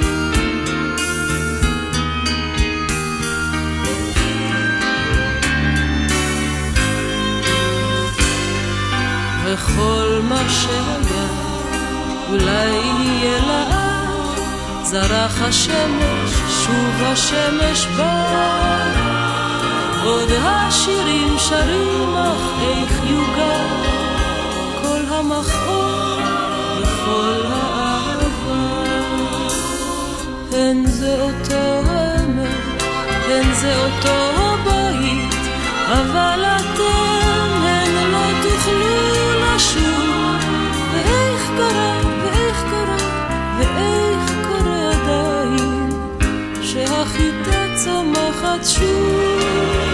וכל מה שהיה אולי יהיה לאט, זרח השמש, שוב השמש בא. עוד השירים שרים, אך איך יוגע כל המחור וכל האהבה. הן זה אותו העמק, הן זה אותו הבית, אבל אתם הן לא תוכלו לשוב. ואיך קרה, ואיך קרה, ואיך קורה עדיין, שהחיטה צומחת שוב.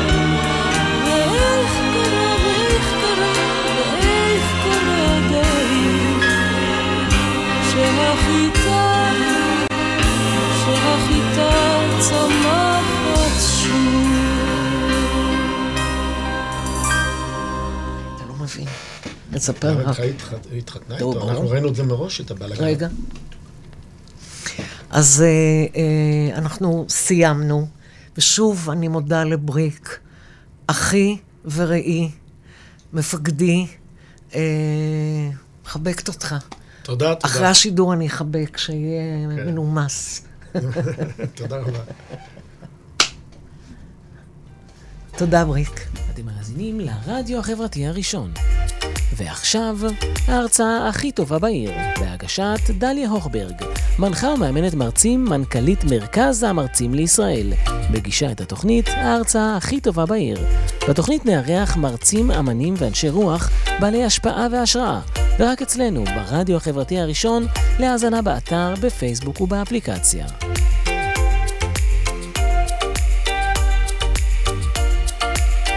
ואיך קרה, ואיך קרה, ואיך קורה עדיין, שהחיטה צומחת שוב. אתה לא מבין. נספר לך. התחתנה איתו, אנחנו ראינו את זה מראש, את הבלגן. רגע. אז אנחנו סיימנו, ושוב אני מודה לבריק, אחי ורעי, מפקדי, מחבקת אותך. תודה, תודה. אחרי השידור אני אחבק, שיהיה מנומס. תודה רבה. תודה, בריק. אתם מאזינים לרדיו החברתי הראשון. ועכשיו, ההרצאה הכי טובה בעיר, בהגשת דליה הוכברג, מנחה ומאמנת מרצים, מנכ"לית מרכז המרצים לישראל. מגישה את התוכנית ההרצאה הכי טובה בעיר. בתוכנית נארח מרצים, אמנים ואנשי רוח, בעלי השפעה והשראה, ורק אצלנו, ברדיו החברתי הראשון, להאזנה באתר, בפייסבוק ובאפליקציה.